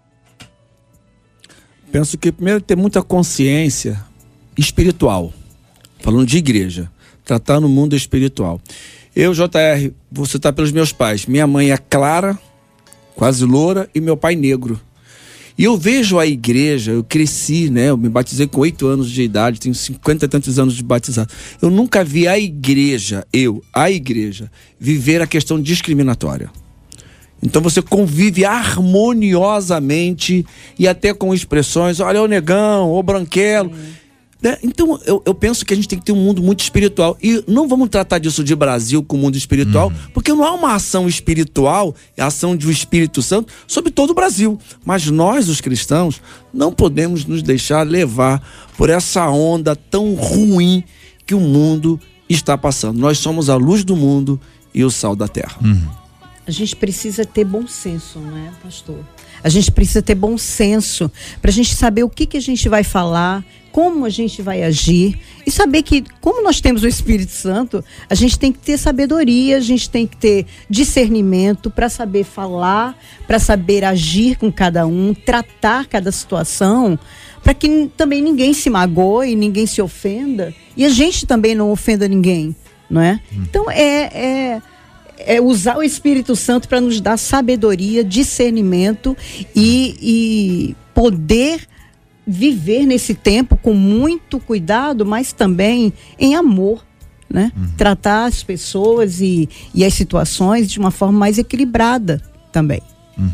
Penso que primeiro ter muita consciência espiritual, falando de igreja, tratar no mundo espiritual. Eu, J R, vou citar pelos meus pais. Minha mãe é clara, quase loura, e meu pai negro. E eu vejo a igreja, eu cresci, né? Eu me batizei com oito anos de idade, tenho cinquenta e tantos anos de batizado. Eu nunca vi a igreja, eu, a igreja, viver a questão discriminatória. Então você convive harmoniosamente e até com expressões, olha o negão, o branquelo. Né? Então eu, eu penso que a gente tem que ter um mundo muito espiritual. E não vamos tratar disso de Brasil com o mundo espiritual, uhum. porque não há uma ação espiritual, a ação do Espírito Santo sobre todo o Brasil. Mas nós, os cristãos, não podemos nos deixar levar por essa onda tão ruim que o mundo está passando. Nós somos a luz do mundo e o sal da terra. Uhum. A gente precisa ter bom senso, não é, pastor? A gente precisa ter bom senso para a gente saber o que, que a gente vai falar, como a gente vai agir e saber que, como nós temos o Espírito Santo, a gente tem que ter sabedoria, a gente tem que ter discernimento para saber falar, para saber agir com cada um, tratar cada situação, para que também ninguém se magoe, ninguém se ofenda e a gente também não ofenda ninguém, não é? Hum. Então é... é É usar o Espírito Santo para nos dar sabedoria, discernimento e, e poder viver nesse tempo com muito cuidado, mas também em amor, né? Uhum. Tratar as pessoas e, e as situações de uma forma mais equilibrada também. Uhum.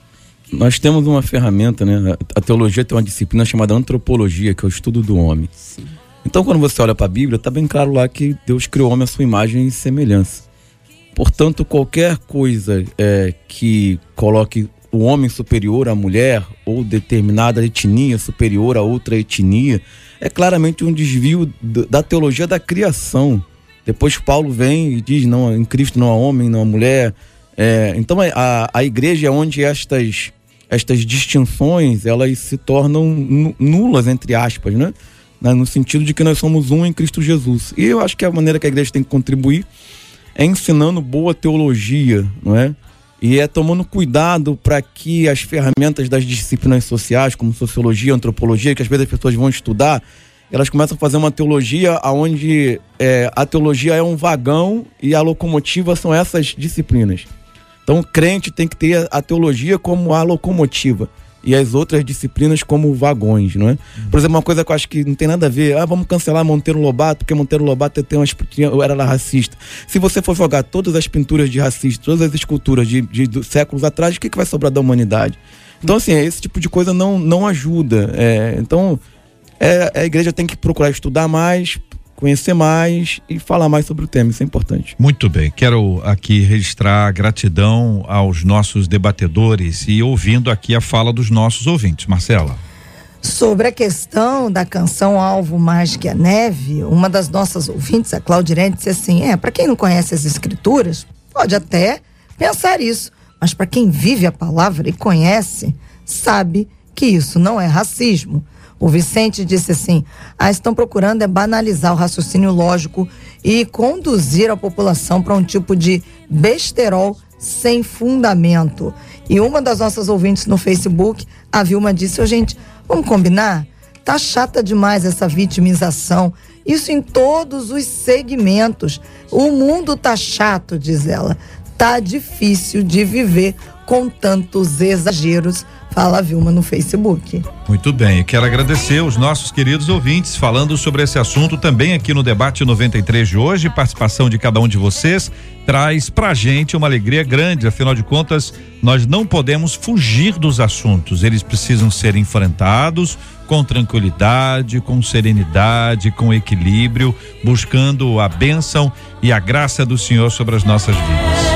Nós temos uma ferramenta, né? A teologia tem uma disciplina chamada antropologia, que é o estudo do homem. Sim. Então, quando você olha para a Bíblia, está bem claro lá que Deus criou o homem à sua imagem e semelhança. Portanto, qualquer coisa é, que coloque o homem superior à mulher ou determinada etnia superior a outra etnia é claramente um desvio d- da teologia da criação. Depois Paulo vem e diz, não, em Cristo não há homem, não há mulher. É, então a, a igreja é onde estas, estas distinções elas se tornam nulas, entre aspas, né? No sentido de que nós somos um em Cristo Jesus. E eu acho que a maneira que a igreja tem que contribuir é ensinando boa teologia, não é? E é tomando cuidado para que as ferramentas das disciplinas sociais, como sociologia, antropologia, que às vezes as pessoas vão estudar, elas começam a fazer uma teologia onde é, a teologia é um vagão e a locomotiva são essas disciplinas. Então o crente tem que ter a teologia como a locomotiva e as outras disciplinas como vagões, não é? Por exemplo, uma coisa que eu acho que não tem nada a ver, ah, vamos cancelar Monteiro Lobato, porque Monteiro Lobato tem uma, era lá racista. Se você for jogar todas as pinturas de racista, todas as esculturas de, de, de séculos atrás, o que, que vai sobrar da humanidade? Então, assim, esse tipo de coisa não, não ajuda. É, então, é, a igreja tem que procurar estudar mais, conhecer mais e falar mais sobre o tema, isso é importante. Muito bem, quero aqui registrar gratidão aos nossos debatedores e ouvindo aqui a fala dos nossos ouvintes. Marcela. Sobre a questão da canção Alvo Mais Que a Neve, uma das nossas ouvintes, a Claudirene, disse assim, é, para quem não conhece as escrituras, pode até pensar isso, mas para quem vive a palavra e conhece, sabe que isso não é racismo. O Vicente disse assim, ah, estão procurando é banalizar o raciocínio lógico e conduzir a população para um tipo de besterol sem fundamento. E uma das nossas ouvintes no Facebook, a Vilma, disse, oh, gente, vamos combinar? Tá chata demais essa vitimização. Isso em todos os segmentos. O mundo tá chato, diz ela. Tá difícil de viver com tantos exageros. Fala Vilma no Facebook. Muito bem, eu quero agradecer os nossos queridos ouvintes falando sobre esse assunto também aqui no Debate noventa e três de hoje. Participação de cada um de vocês traz pra gente uma alegria grande, afinal de contas nós não podemos fugir dos assuntos, eles precisam ser enfrentados com tranquilidade, com serenidade, com equilíbrio, buscando a bênção e a graça do Senhor sobre as nossas vidas.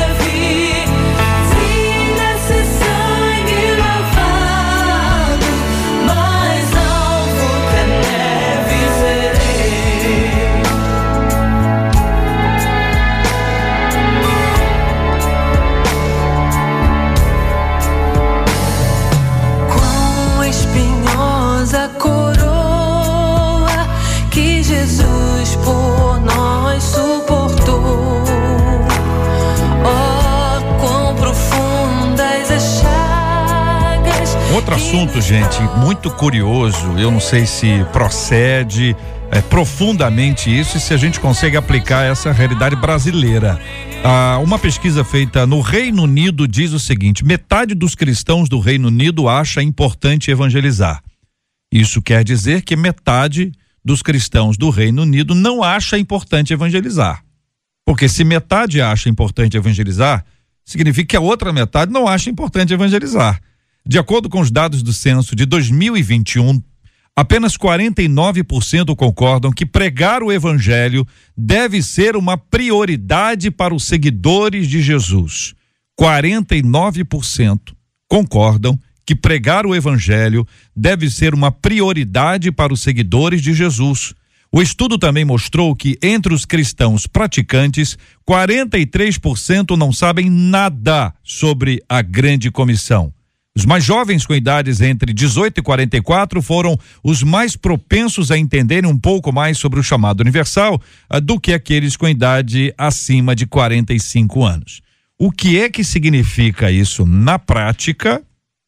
Outro assunto, gente, muito curioso, eu não sei se procede é, profundamente isso e se a gente consegue aplicar essa realidade brasileira. Ah, uma pesquisa feita no Reino Unido diz o seguinte: metade dos cristãos do Reino Unido acha importante evangelizar. Isso quer dizer que metade dos cristãos do Reino Unido não acha importante evangelizar. Porque se metade acha importante evangelizar, significa que a outra metade não acha importante evangelizar. De acordo com os dados do censo de dois mil e vinte e um, apenas quarenta e nove por cento concordam que pregar o evangelho deve ser uma prioridade para os seguidores de Jesus. quarenta e nove por cento concordam que pregar o evangelho deve ser uma prioridade para os seguidores de Jesus. O estudo também mostrou que entre os cristãos praticantes, quarenta e três por cento não sabem nada sobre a grande comissão. Os mais jovens com idades entre dezoito e quarenta e quatro foram os mais propensos a entenderem um pouco mais sobre o chamado universal uh, do que aqueles com idade acima de quarenta e cinco anos. O que é que significa isso na prática?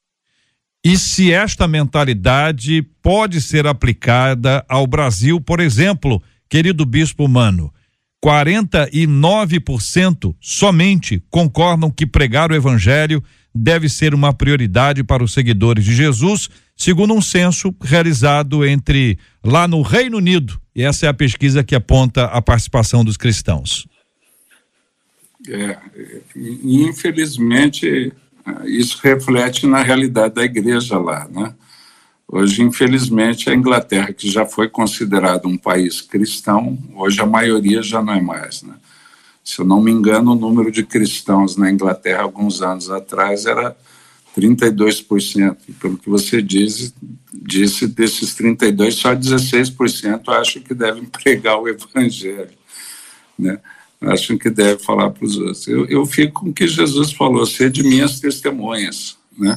E se esta mentalidade pode ser aplicada ao Brasil, por exemplo, querido Bispo Mano, quarenta e nove por cento somente concordam que pregar o evangelho deve ser uma prioridade para os seguidores de Jesus, segundo um censo realizado entre lá no Reino Unido. E essa é a pesquisa que aponta a participação dos cristãos. É, infelizmente, isso reflete na realidade da igreja lá, né? Hoje, infelizmente, a Inglaterra, que já foi considerado um país cristão, hoje a maioria já não é mais, né? Se eu não me engano, o número de cristãos na Inglaterra, alguns anos atrás, era trinta e dois por cento. E pelo que você diz, disse, desses trinta e dois por cento, só dezesseis por cento acham que devem pregar o evangelho, né? Acham que devem falar para os outros. Eu, eu fico com o que Jesus falou: sede minhas testemunhas, né?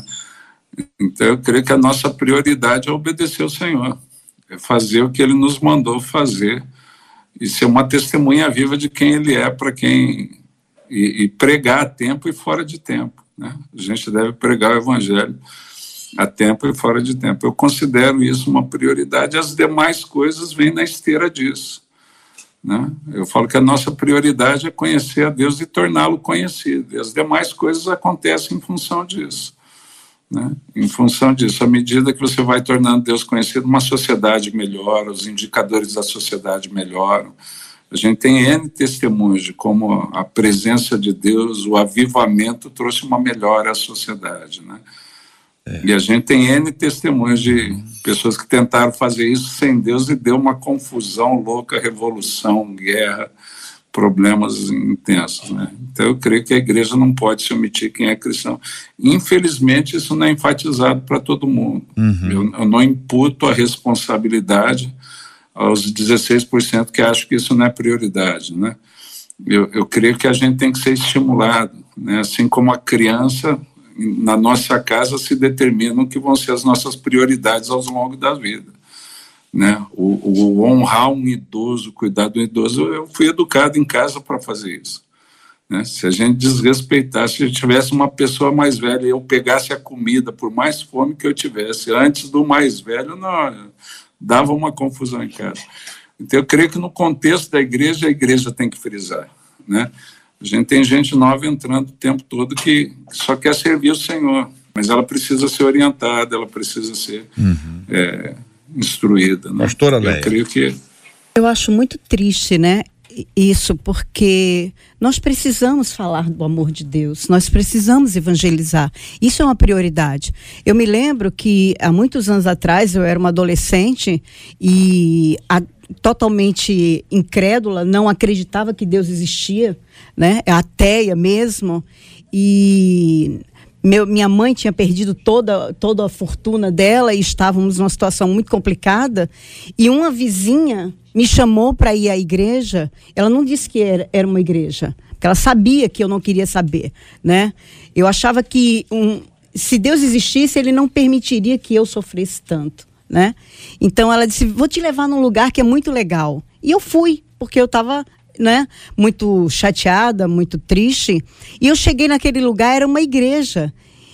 Então, eu creio que a nossa prioridade é obedecer ao Senhor, é fazer o que Ele nos mandou fazer e ser uma testemunha viva de quem Ele é para quem... E, e pregar a tempo e fora de tempo, né? A gente deve pregar o Evangelho a tempo e fora de tempo. Eu considero isso uma prioridade, as demais coisas vêm na esteira disso, né? Eu falo que a nossa prioridade é conhecer a Deus e torná-lo conhecido, e as demais coisas acontecem em função disso, né? Em função disso, à medida que você vai tornando Deus conhecido, uma sociedade melhora, os indicadores da sociedade melhoram. A gente tem N testemunhos de como a presença de Deus, o avivamento trouxe uma melhora à sociedade, né? É. E a gente tem N testemunhos de pessoas que tentaram fazer isso sem Deus e deu uma confusão louca, revolução, guerra, problemas intensos, né? Então eu creio que a igreja não pode se omitir quem é cristão. Infelizmente isso não é enfatizado para todo mundo. Uhum. Eu, eu não imputo a responsabilidade aos dezesseis por cento que acham que isso não é prioridade, né? Eu, eu creio que a gente tem que ser estimulado, né? Assim como a criança, na nossa casa se determinam o que vão ser as nossas prioridades ao longo da vida, né? O, o honrar um idoso, cuidar do idoso, eu fui educado em casa para fazer isso, né? Se a gente desrespeitasse, se eu tivesse uma pessoa mais velha e eu pegasse a comida, por mais fome que eu tivesse, antes do mais velho, não, dava uma confusão em casa. Então eu creio que no contexto da igreja, a igreja tem que frisar, né? A gente tem gente nova entrando o tempo todo que só quer servir o Senhor, mas ela precisa ser orientada, ela precisa ser uhum. é, instruída. Né? Pastora Léia. Eu creio que... Eu acho muito triste, né? Isso, porque nós precisamos falar do amor de Deus, nós precisamos evangelizar, isso é uma prioridade. Eu me lembro que há muitos anos atrás eu era uma adolescente e a, totalmente incrédula, não acreditava que Deus existia, né? Ateia mesmo, e meu, minha mãe tinha perdido toda, toda a fortuna dela e estávamos numa situação muito complicada, e uma vizinha me chamou para ir à igreja. Ela não disse que era, era uma igreja, porque ela sabia que eu não queria saber, né? Eu achava que um, se Deus existisse, Ele não permitiria que eu sofresse tanto, né? Então ela disse, vou te levar num lugar que é muito legal. E eu fui, porque eu estava, né, muito chateada, muito triste. E eu cheguei naquele lugar, era uma igreja.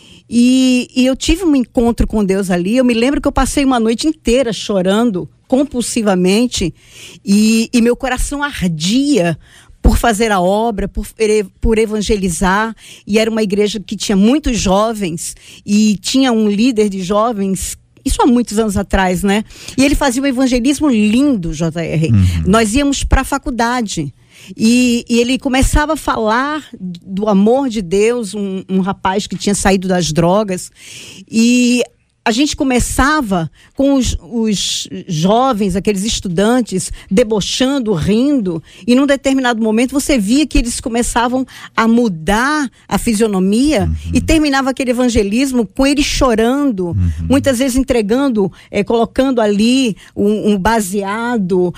E, e eu tive um encontro com Deus ali. Eu me lembro que eu passei uma noite inteira chorando compulsivamente, e, e meu coração ardia por fazer a obra, por, por evangelizar, e era uma igreja que tinha muitos jovens, e tinha um líder de jovens, isso há muitos anos atrás, né? E ele fazia um evangelismo lindo, J R. Uhum. Nós íamos para a faculdade, e, e ele começava a falar do amor de Deus, um, um rapaz que tinha saído das drogas, e a gente começava com os, os jovens, aqueles estudantes, debochando, rindo, e num determinado momento você via que eles começavam a mudar a fisionomia, uhum. e terminava aquele evangelismo com eles chorando, uhum. muitas vezes entregando, é, colocando ali um, um baseado,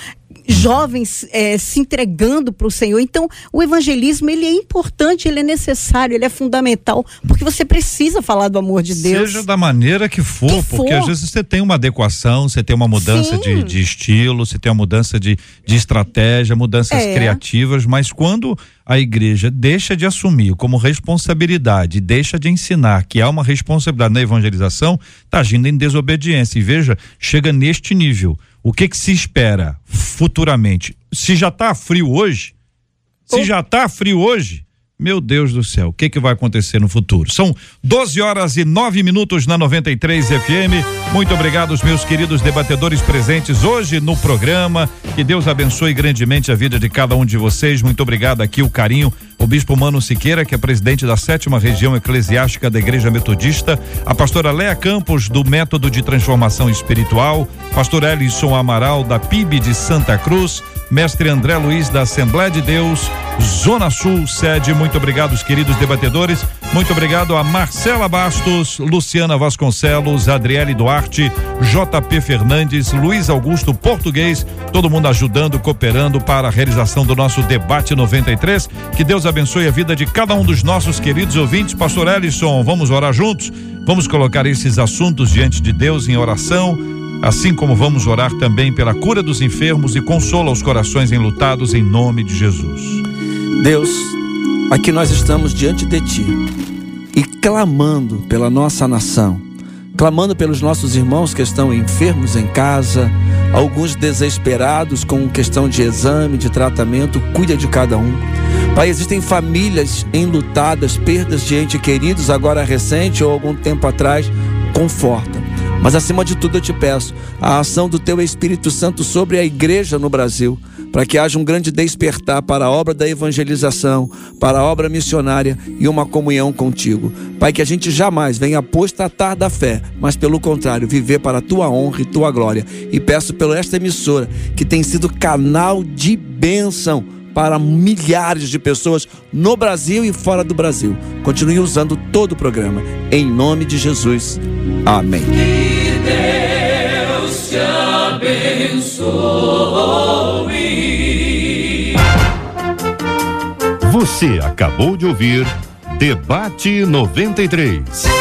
jovens é, se entregando para o Senhor. Então o evangelismo, ele é importante, ele é necessário, ele é fundamental, porque você precisa falar do amor de Deus, seja da maneira que for, que porque for. Às vezes você tem uma adequação, você tem uma mudança de, de estilo, você tem uma mudança de, de estratégia, mudanças é. criativas, mas quando a igreja deixa de assumir como responsabilidade, deixa de ensinar que há uma responsabilidade na evangelização, está agindo em desobediência. E veja, chega neste nível. O que que se espera futuramente? Se já está frio hoje, se oh. já está frio hoje, meu Deus do céu, o que que vai acontecer no futuro? São doze horas e nove minutos na noventa e três F M. Muito obrigado aos meus queridos debatedores presentes hoje no programa. Que Deus abençoe grandemente a vida de cada um de vocês. Muito obrigado aqui, o carinho, o bispo Mano Siqueira, que é presidente da sétima região eclesiástica da Igreja Metodista, a pastora Léa Campos, do Método de Transformação Espiritual, pastor Ellison Amaral, da P I B de Santa Cruz, mestre André Luiz, da Assembleia de Deus, Zona Sul, sede. Muito obrigado, os queridos debatedores. Muito obrigado a Marcela Bastos, Luciana Vasconcelos, Adriele Duarte, J P Fernandes, Luiz Augusto Português, todo mundo ajudando, cooperando para a realização do nosso debate noventa e três. Que Deus abençoe a vida de cada um dos nossos queridos ouvintes. Pastor Ellison, vamos orar juntos? Vamos colocar esses assuntos diante de Deus em oração, assim como vamos orar também pela cura dos enfermos e consola os corações enlutados em nome de Jesus. Deus, aqui nós estamos diante de Ti e clamando pela nossa nação, clamando pelos nossos irmãos que estão enfermos em casa, alguns desesperados com questão de exame, de tratamento. Cuida de cada um. Pai, existem famílias enlutadas, perdas de entes queridos agora recente ou algum tempo atrás. Conforta. Mas acima de tudo eu te peço a ação do Teu Espírito Santo sobre a igreja no Brasil, para que haja um grande despertar para a obra da evangelização, para a obra missionária e uma comunhão contigo. Pai, que a gente jamais venha apostatar da fé, mas pelo contrário, viver para a Tua honra e Tua glória. E peço pela esta emissora, que tem sido canal de bênção para milhares de pessoas no Brasil e fora do Brasil. Continue usando todo o programa. Em nome de Jesus. Amém. Que Deus te abençoe. Você acabou de ouvir Debate noventa e três.